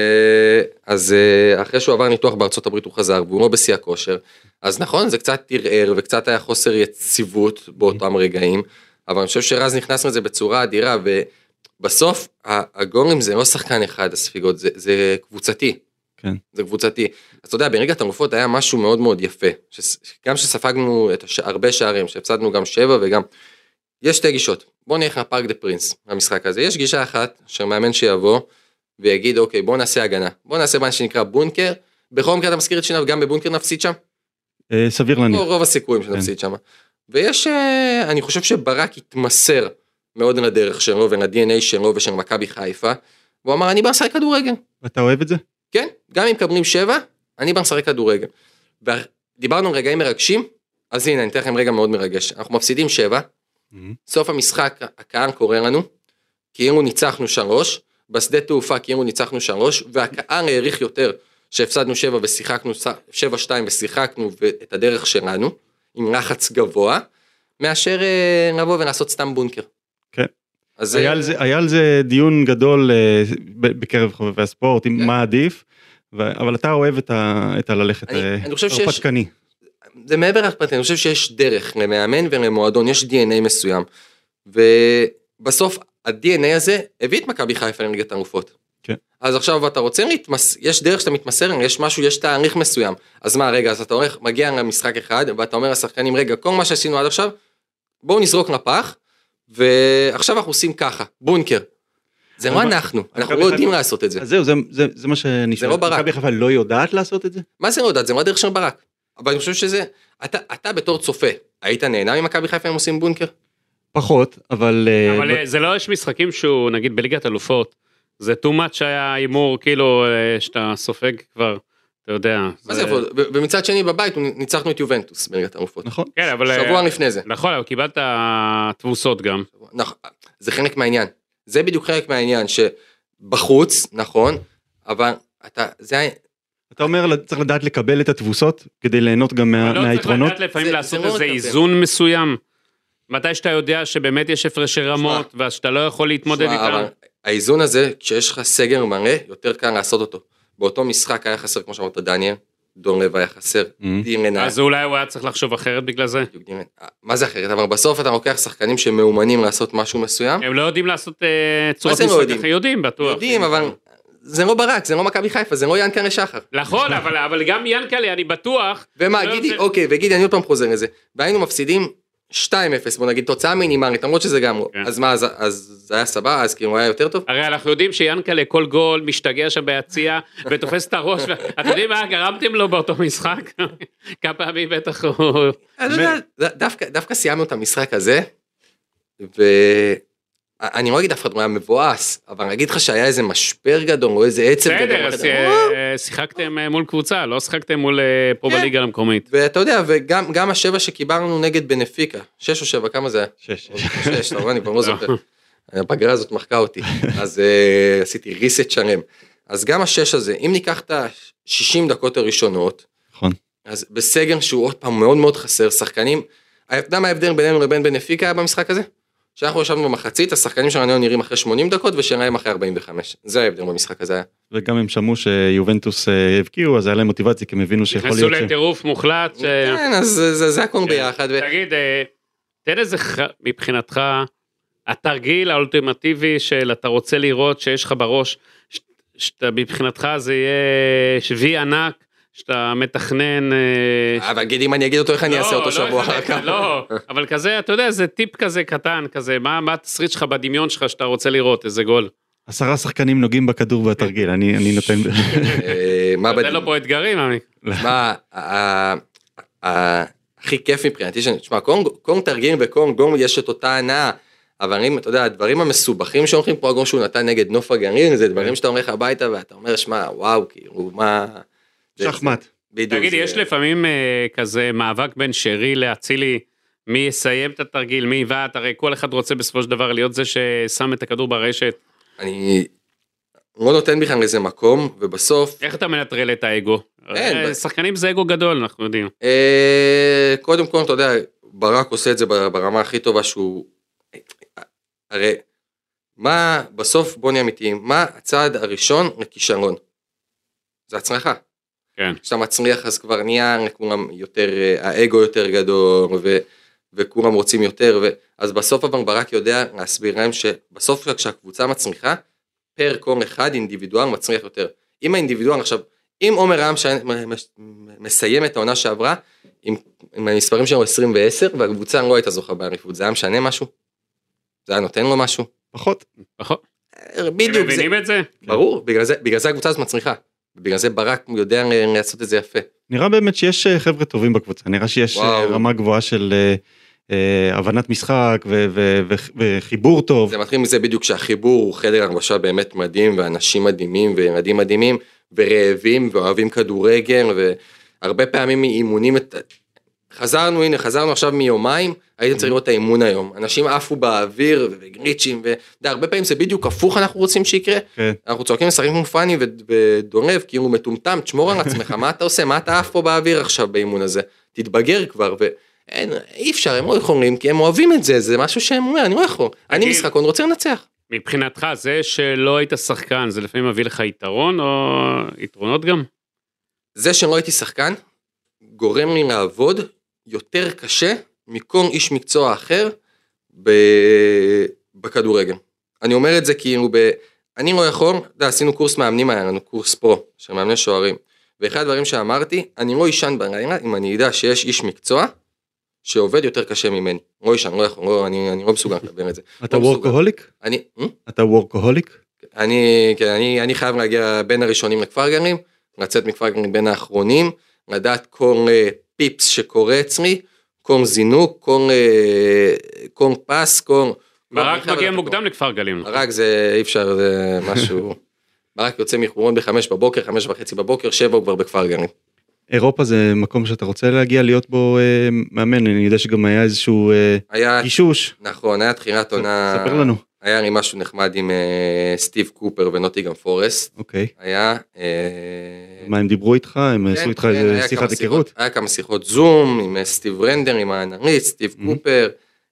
אז אחרי שהוא עבר ניתוח בארצות הברית הוא חזר, והוא לא בשיא הכושר. אז נכון, זה קצת תרער, וקצת היה חוסר יציבות באותם רגעים, אבל אני חושב שרז נכנס לזה בצורה אדירה, ובסוף הגולים זה לא שחקן אחד הספיגות, זה, זה קבוצתי. כן. זה קבוצתי. אז אתה יודע, בליגת האלופות היה משהו מאוד מאוד יפה, גם שספגנו את הש... הרבה שערים, שהפסדנו גם שבע וגם, יש שתי גישות, בוא נלך לפארק דה פרינס, המשחק הזה, יש גישה אחת, שמאמן שיבוא, ויגיד, אוקיי, בוא נעשה הגנה, בוא נעשה מה שנקרא בונקר, בכל מקרה אתה מזכיר את שיניו, גם בבונקר נפסיד שם? אה, סביר להניח. רוב הסיכויים שנפסיד שם. ויש, אני חושב שברק התמסר מאוד לדרך שלו, ול-די אן איי שלו ושל מכבי חיפה, והוא אמר, אני בא לשחק כדורגל. אתה אוהב את זה? כן, גם אם מקבלים שבע, אני בא לשחק כדורגל. ודיברנו על רגעים מרגשים, אז הנה, אני אתן לכם רגע מאוד מרגש. אנחנו מפסידים שבע, mm-hmm. סוף המשחק, הקהל קורא לנו, כאילו ניצחנו שלוש, בשדה תעופה כאילו ניצחנו שלוש, והקהל העריך יותר שהפסדנו שבע ושיחקנו, שבע שתיים ושיחקנו את הדרך שלנו, עם לחץ גבוה, מאשר לבוא ולעשות סתם בונקר. כן. אז היה, על זה, היה על זה דיון גדול בקרב חובבי הספורט, עם מה עדיף, אבל אתה אוהב את, ה, את הללכת הרפתקני. זה מעבר הרפתקני, אני חושב שיש דרך למאמן ולמועדון, יש די אן איי מסוים, ובסוף ה-די אן איי הזה הביא את מכבי חיפה לליגת האלופות. כן. אז עכשיו אתה רוצה להתמס... יש דרך שאתה מתמסר, יש משהו, יש תאריך מסוים. אז מה, רגע, אז אתה הולך, מגיע למשחק אחד, ואתה אומר לשחקנים, רגע, כל מה שעשינו עד עכשיו, בואו נזרוק לפח, ועכשיו אנחנו עושים ככה, בונקר. זה לא אנחנו, אנחנו לא יודעים לעשות את זה. אז זהו, זה מה שאני שואל. זה לא ברק. מכבי חיפה לא יודעת לעשות את זה? מה זה לא יודעת? זה לא הדרך של ברק. אבל אני חושב שזה, אתה בתור צופה, היית נהנה ממכבי חיפה אם עושים בונקר? פחות, אבל... אבל זה לא, יש משחקים שהוא, נגיד, בליגת אלופות, זה too much שהיה אימור, כאילו, שאתה סופג כבר, אתה יודע. מה זה יפות? ומצד שני בבית, ניצחנו את יובנטוס בליגת האלופות. נכון. כן, אבל... שבוע לפני זה. נכון, אבל קיבלת תבוסות גם. נכון, זה חלק מהעניין. זה בדיוק חלק מהעניין, שבחוץ, נכון, אבל אתה, זה... אתה אומר, צריך לדעת לקבל את התבוסות, כדי ליהנות גם מהיתרונות? לא צריך לדעת לפעמים לעשות איזה איזון מסוים. מתי שאתה יודע שבאמת יש הפרשי רמות, ואז שאתה לא יכול להתמודד איתם. האיזון הזה, כשיש לך סגר מלא, יותר קל לעשות אותו. באותו משחק היה חסר, כמו שאמרת, דניאל, דון לב היה חסר, דירנה. אז אולי הוא היה צריך לחשוב אחרת בגלל זה? מה זה אחרת? אבל בסוף אתה לוקח שחקנים שמאומנים לעשות משהו מסוים. הם לא יודעים לעשות צורת משחק, יודעים בטוח. יודעים, אבל זה לא ברק, זה לא מכבי חיפה, זה לא ינקלה שחר. נכון, אבל, אבל גם ינקלה, אני בטוח. ומה, גידי, זה... אוקיי, וגידי, אני עוד פעם חוזר לזה. והיינו מפסידים שתיים אפס, בוא נגיד, תוצאה מינימלית, למרות שזה גם, כן. אז מה, אז, אז זה היה סבבה, אז כאילו היה יותר טוב? הרי אנחנו יודעים שיאנקלה כל גול משתגע שם ביציע, ותופס את הראש, אתם יודעים מה, גרמתם לו באותו משחק? כמה פעמים בטח הוא... דווקא, דווקא סיימנו את המשחק הזה, ואני לא אגיד אף אחד היה מבואס, אבל אני אגיד לך שהיה איזה משבר גדול, או איזה עצב גדול. בסדר, שיחקתם מול קבוצה, לא שיחקתם מול פה בליגה המקומית. ואתה יודע, וגם השבע שקיבלנו נגד בנפיקה, שש או שבע, כמה זה היה? שש. שש, אני כבר לא זוכר. הפגרה הזאת מחקה אותי, אז עשיתי ריסט שלם. אז גם השש הזה, אם ניקח את ה-שישים דקות הראשונות, נכון. אז בסגר שהוא עוד פעם מאוד מאוד חסר, שחקנים, אתה יודע מה ההבדל בינינו לבין בנפיקה היה במשחק הזה? שאנחנו ישבנו במחצית, השחקנים שלנו נראים אחרי שמונים דקות, ושנראים אחרי ארבעים וחמש. זה ההבדל במשחק הזה. וגם הם שמעו שיובנטוס הבקיעו, אז היה להם מוטיבציה, כי הם הבינו שיכול להיות... נכנסו לטירוף מוחלט. כן, אז זה הכל ביחד. תגיד, תן איזה מבחינתך, התרגיל האולטימטיבי של אתה רוצה לראות שיש לך בראש, מבחינתך זה יהיה שבי ענק, שאתה מתכנן... אבל גיד אם אני אגיד אותו איך אני אעשה אותו שבוע אחר כך. לא, אבל כזה, אתה יודע, זה טיפ כזה קטן, כזה, מה התסריט שלך בדמיון שלך שאתה רוצה לראות, איזה גול? עשרה שחקנים נוגעים בכדור בתרגיל, אני נותן... אתה לו פה אתגרים, עמיק. מה, הכי כיף מבחינתי, תשמע, קונג תרגיל וקונג גול יש את אותה הנאה, אבל אם, אתה יודע, הדברים המסובכים שהולכים פה, הגול שהוא נתן נגד נוף הגרעין, זה דברים שאתה אומר לך הביתה, ואתה אומר, שמע, וואו, כאילו, מה... שחמט. תגיד, יש לפעמים כזה מאבק בין שרי לאצילי, מי יסיים את התרגיל, מי יבעט, הרי כל אחד רוצה בסופו של דבר להיות זה ששם את הכדור ברשת. אני לא נותן בכלל לזה מקום, ובסוף... איך אתה מנטרל את האגו? שחקנים זה אגו גדול, אנחנו יודעים. קודם כל, אתה יודע, ברק עושה את זה ברמה הכי טובה שהוא... הרי, מה, בסוף בוא נהיה אמיתיים, מה הצעד הראשון לכישרון? זה הצלחה. כן. כשאתה מצליח אז כבר נהיה כולם יותר, האגו יותר גדול, ו, וכולם רוצים יותר, ו, אז בסוף אבל ברק יודע להסביר להם שבסוף כשהקבוצה מצליחה, פר קום אחד אינדיבידואל מצליח יותר. אם האינדיבידואל עכשיו, אם עומר רם מסיים את העונה שעברה, עם, עם המספרים שלו עשרים ועשר, והקבוצה לא הייתה זוכה באליפות, זה היה משנה משהו? זה היה נותן לו משהו? פחות. פחות. בדיוק. הם מבינים את זה? ברור, בגלל זה, בגלל זה הקבוצה הזאת מצליחה. בגלל זה ברק יודע לעשות את זה יפה. נראה באמת שיש חבר'ה טובים בקבוצה, נראה שיש וואו. רמה גבוהה של אה, הבנת משחק ו- ו- ו- וחיבור טוב. זה מתחיל מזה בדיוק שהחיבור הוא חדר הרגשה באמת מדהים, ואנשים מדהימים וילדים מדהימים, ורעבים ואוהבים כדורגל, והרבה פעמים מאימונים, את... חזרנו, הנה, חזרנו עכשיו מיומיים, הייתם צריכים לראות את האימון היום, אנשים עפו באוויר וגריצ'ים, והרבה פעמים זה בדיוק הפוך אנחנו רוצים שיקרה, כן. אנחנו צועקים לשחקים כמו פאני ודורב, כאילו מטומטם, תשמור על עצמך, מה אתה עושה, מה אתה עף פה באוויר עכשיו באימון הזה, תתבגר כבר, ואין, אי אפשר, הם לא יכולים, כי הם אוהבים את זה, זה משהו שהם אומרים, אני לא יכול, אני משחק, אני רוצה לנצח. מבחינתך, זה שלא היית שחקן, זה לפעמים מביא לך יתרון, או יתרונות גם? זה שלא הייתי שחקן, גורם לי לעבוד יותר קשה מכל איש מקצוע אחר בכדורגל. אני אומר את זה כאילו, ב... אני לא יכול, דה, עשינו קורס מאמנים, היה לנו קורס פרו, של מאמני שוערים, ואחד הדברים שאמרתי, אני לא אישן בלילה, אם אני יודע שיש איש מקצוע, שעובד יותר קשה ממני. לא אישן, לא יכול, לא, אני, אני לא מסוגל לדבר את זה. אתה וורקוהוליק? אני, אתה וורקוהוליק? אני, כן, אני, אני חייב להגיע בין הראשונים לכפר גנים, לצאת מכפר גנים בין האחרונים, לדעת כל פיפס שקורה אצלי, כל זינוק, כל, כל פס, כל... ברק מגיע מוקדם לכפר גלים. ברק זה אי אפשר, זה משהו... ברק יוצא מחורון בחמש בבוקר, חמש וחצי בבוקר, שבע הוא כבר בכפר גלים. אירופה זה מקום שאתה רוצה להגיע להיות בו אה, מאמן, אני יודע שגם היה איזשהו אה, היה, גישוש. נכון, היה תחילת עונה... ספר לנו. היה לי משהו נחמד עם אה, סטיב קופר ונוטיגן פורסט. אוקיי. היה... אה, מה הם דיברו איתך? הם עשו איתך איזה שיחת היכרות? היה כמה שיחות זום עם סטיב רנדר, עם האנליסט, סטיב קופר,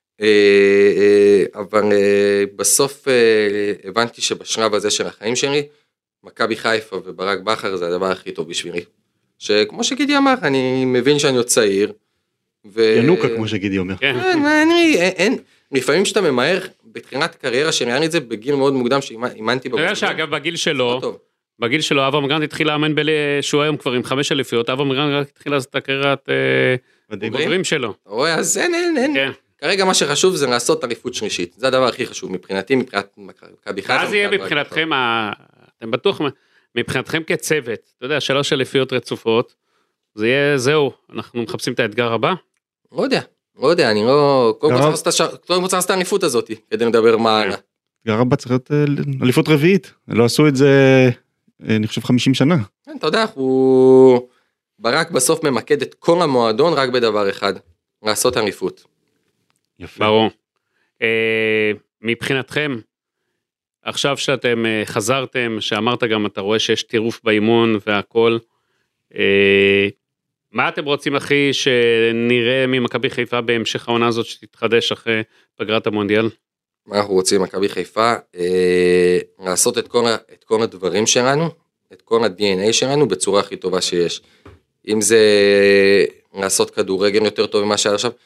אבל בסוף הבנתי שבשלב הזה של החיים שלי, מכבי חיפה וברק בכר זה הדבר הכי טוב בשבילי. שכמו שגידי אמר, אני מבין שאני עוד צעיר. ינוקה כמו שגידי אומר. אין, לפעמים שאתה ממהר, בתחילת הקריירה שלי, היה לי את זה בגיל מאוד מוקדם, שאימנתי בבוגרים. אתה יודע שאגב בגיל שלו, בגיל שלו, אברהם גרנט התחיל לאמן שהוא היום כבר עם חמש אליפיות, אברהם גרנט התחיל לעשות את הקריירת בוגרים שלו. רואה, אז אין, אין, אין. כרגע מה שחשוב זה לעשות אליפות שלישית, זה הדבר הכי חשוב מבחינתי, מבחינת מכבי חיפה. אז יהיה מבחינתכם, אתם בטוח, מבחינתכם כצוות, אתה יודע, שלוש אליפיות רצופות, זה יהיה, זהו, אנחנו מחפשים את האתגר הבא? לא יודע, לא יודע, אני לא, קודם כל צריך לעשות את האליפות הזאת, כדי לדבר מה... האתגר הבא צריך להיות אליפות רביעית, לא עשו את זה, אני חושב חמישים שנה. אתה יודע, הוא ברק בסוף ממקד את כל המועדון רק בדבר אחד, לעשות אליפות. יפה. ברור. מבחינתכם, עכשיו שאתם חזרתם, שאמרת גם, אתה רואה שיש טירוף באימון והכל, מה אתם רוצים הכי שנראה ממכבי חיפה בהמשך העונה הזאת שתתחדש אחרי פגרת המונדיאל? מה אנחנו רוצים מכבי חיפה? לעשות את כל, את כל הדברים שלנו, את כל ה-די אן איי שלנו בצורה הכי טובה שיש. אם זה לעשות כדורגל יותר טוב ממה שהיה עכשיו,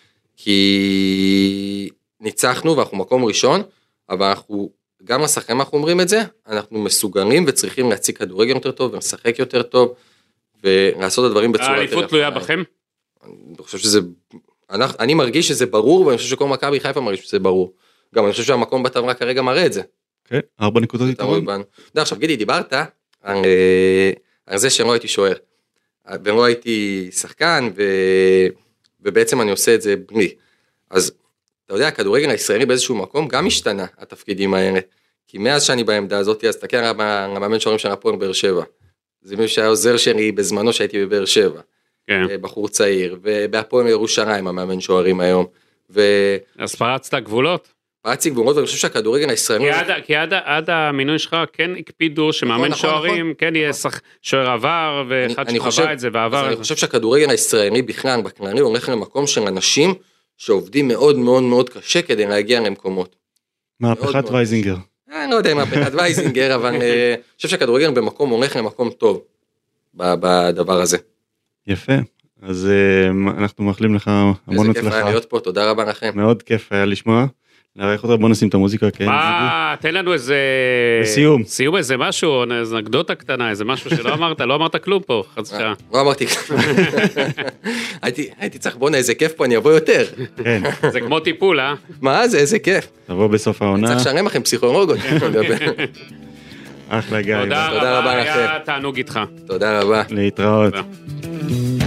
כי ניצחנו ואנחנו מקום ראשון, אבל אנחנו, גם לשחקנים אנחנו אומרים את זה, אנחנו מסוגלים וצריכים להציג כדורגל יותר טוב, ולשחק יותר טוב, ולעשות את הדברים בצורה יותר... האליפות תלויה בכם? אני חושב שזה, אני, אני מרגיש שזה ברור, ואני חושב שכל מכבי חיפה מרגיש שזה ברור. גם אני חושב שהמקום בטבלה כרגע מראה את זה. כן, ארבע נקודות יתרון. עכשיו גידי, דיברת על, על זה שלא הייתי שוער, ולא הייתי שחקן, ו... ובעצם אני עושה את זה בלי. אז אתה יודע, הכדורגל הישראלי באיזשהו מקום גם השתנה, התפקידים האלה. כי מאז שאני בעמדה הזאת, אז תקן למאמן שוערים של הפועל באר שבע. זה מי שהיה עוזר שלי בזמנו שהייתי בבאר שבע. כן. בחור צעיר, ובהפועל ירושלים, המאמן שוערים היום. ו... אז פרצת גבולות? פרצתי גבולות, ואני חושב שהכדורגל הישראלי... כי עד, כי עד, עד המינוי שלך כן הקפידו שמאמן נכון, שוערים, נכון, כן נכון. יהיה שח... שוער עבר, ואחד שחווה חושב, את זה ועבר. אני חושב שהכדורגל הישראלי בכלל, בכללי, הולך למקום של אנשים שעובדים מאוד מאוד מאוד קשה כדי להגיע למקומות. מהפכת וייזינגר. אני לא יודע אם מהפכת וייזינגר, אבל אני חושב שהכדורגל במקום הולך למקום טוב, בדבר הזה. יפה. אז אנחנו מאחלים לך המון הצלחה. איזה כיף היה להיות פה, תודה רבה לכם. מאוד כיף היה לשמוע. נערך אותה, בוא נשים את המוזיקה, כן. מה, תן לנו איזה... סיום. סיום איזה משהו, איזה נקדוטה קטנה, איזה משהו שלא אמרת, לא אמרת כלום פה, חצי שעה. לא אמרתי כלום. הייתי צריך, בוא נה, איזה כיף פה, אני אבוא יותר. כן. זה כמו טיפול, אה? מה זה, איזה כיף. תבוא בסוף העונה. צריך לשלם לכם פסיכולוגות. אחלה גיא. תודה רבה, היה תענוג איתך. תודה רבה. להתראות.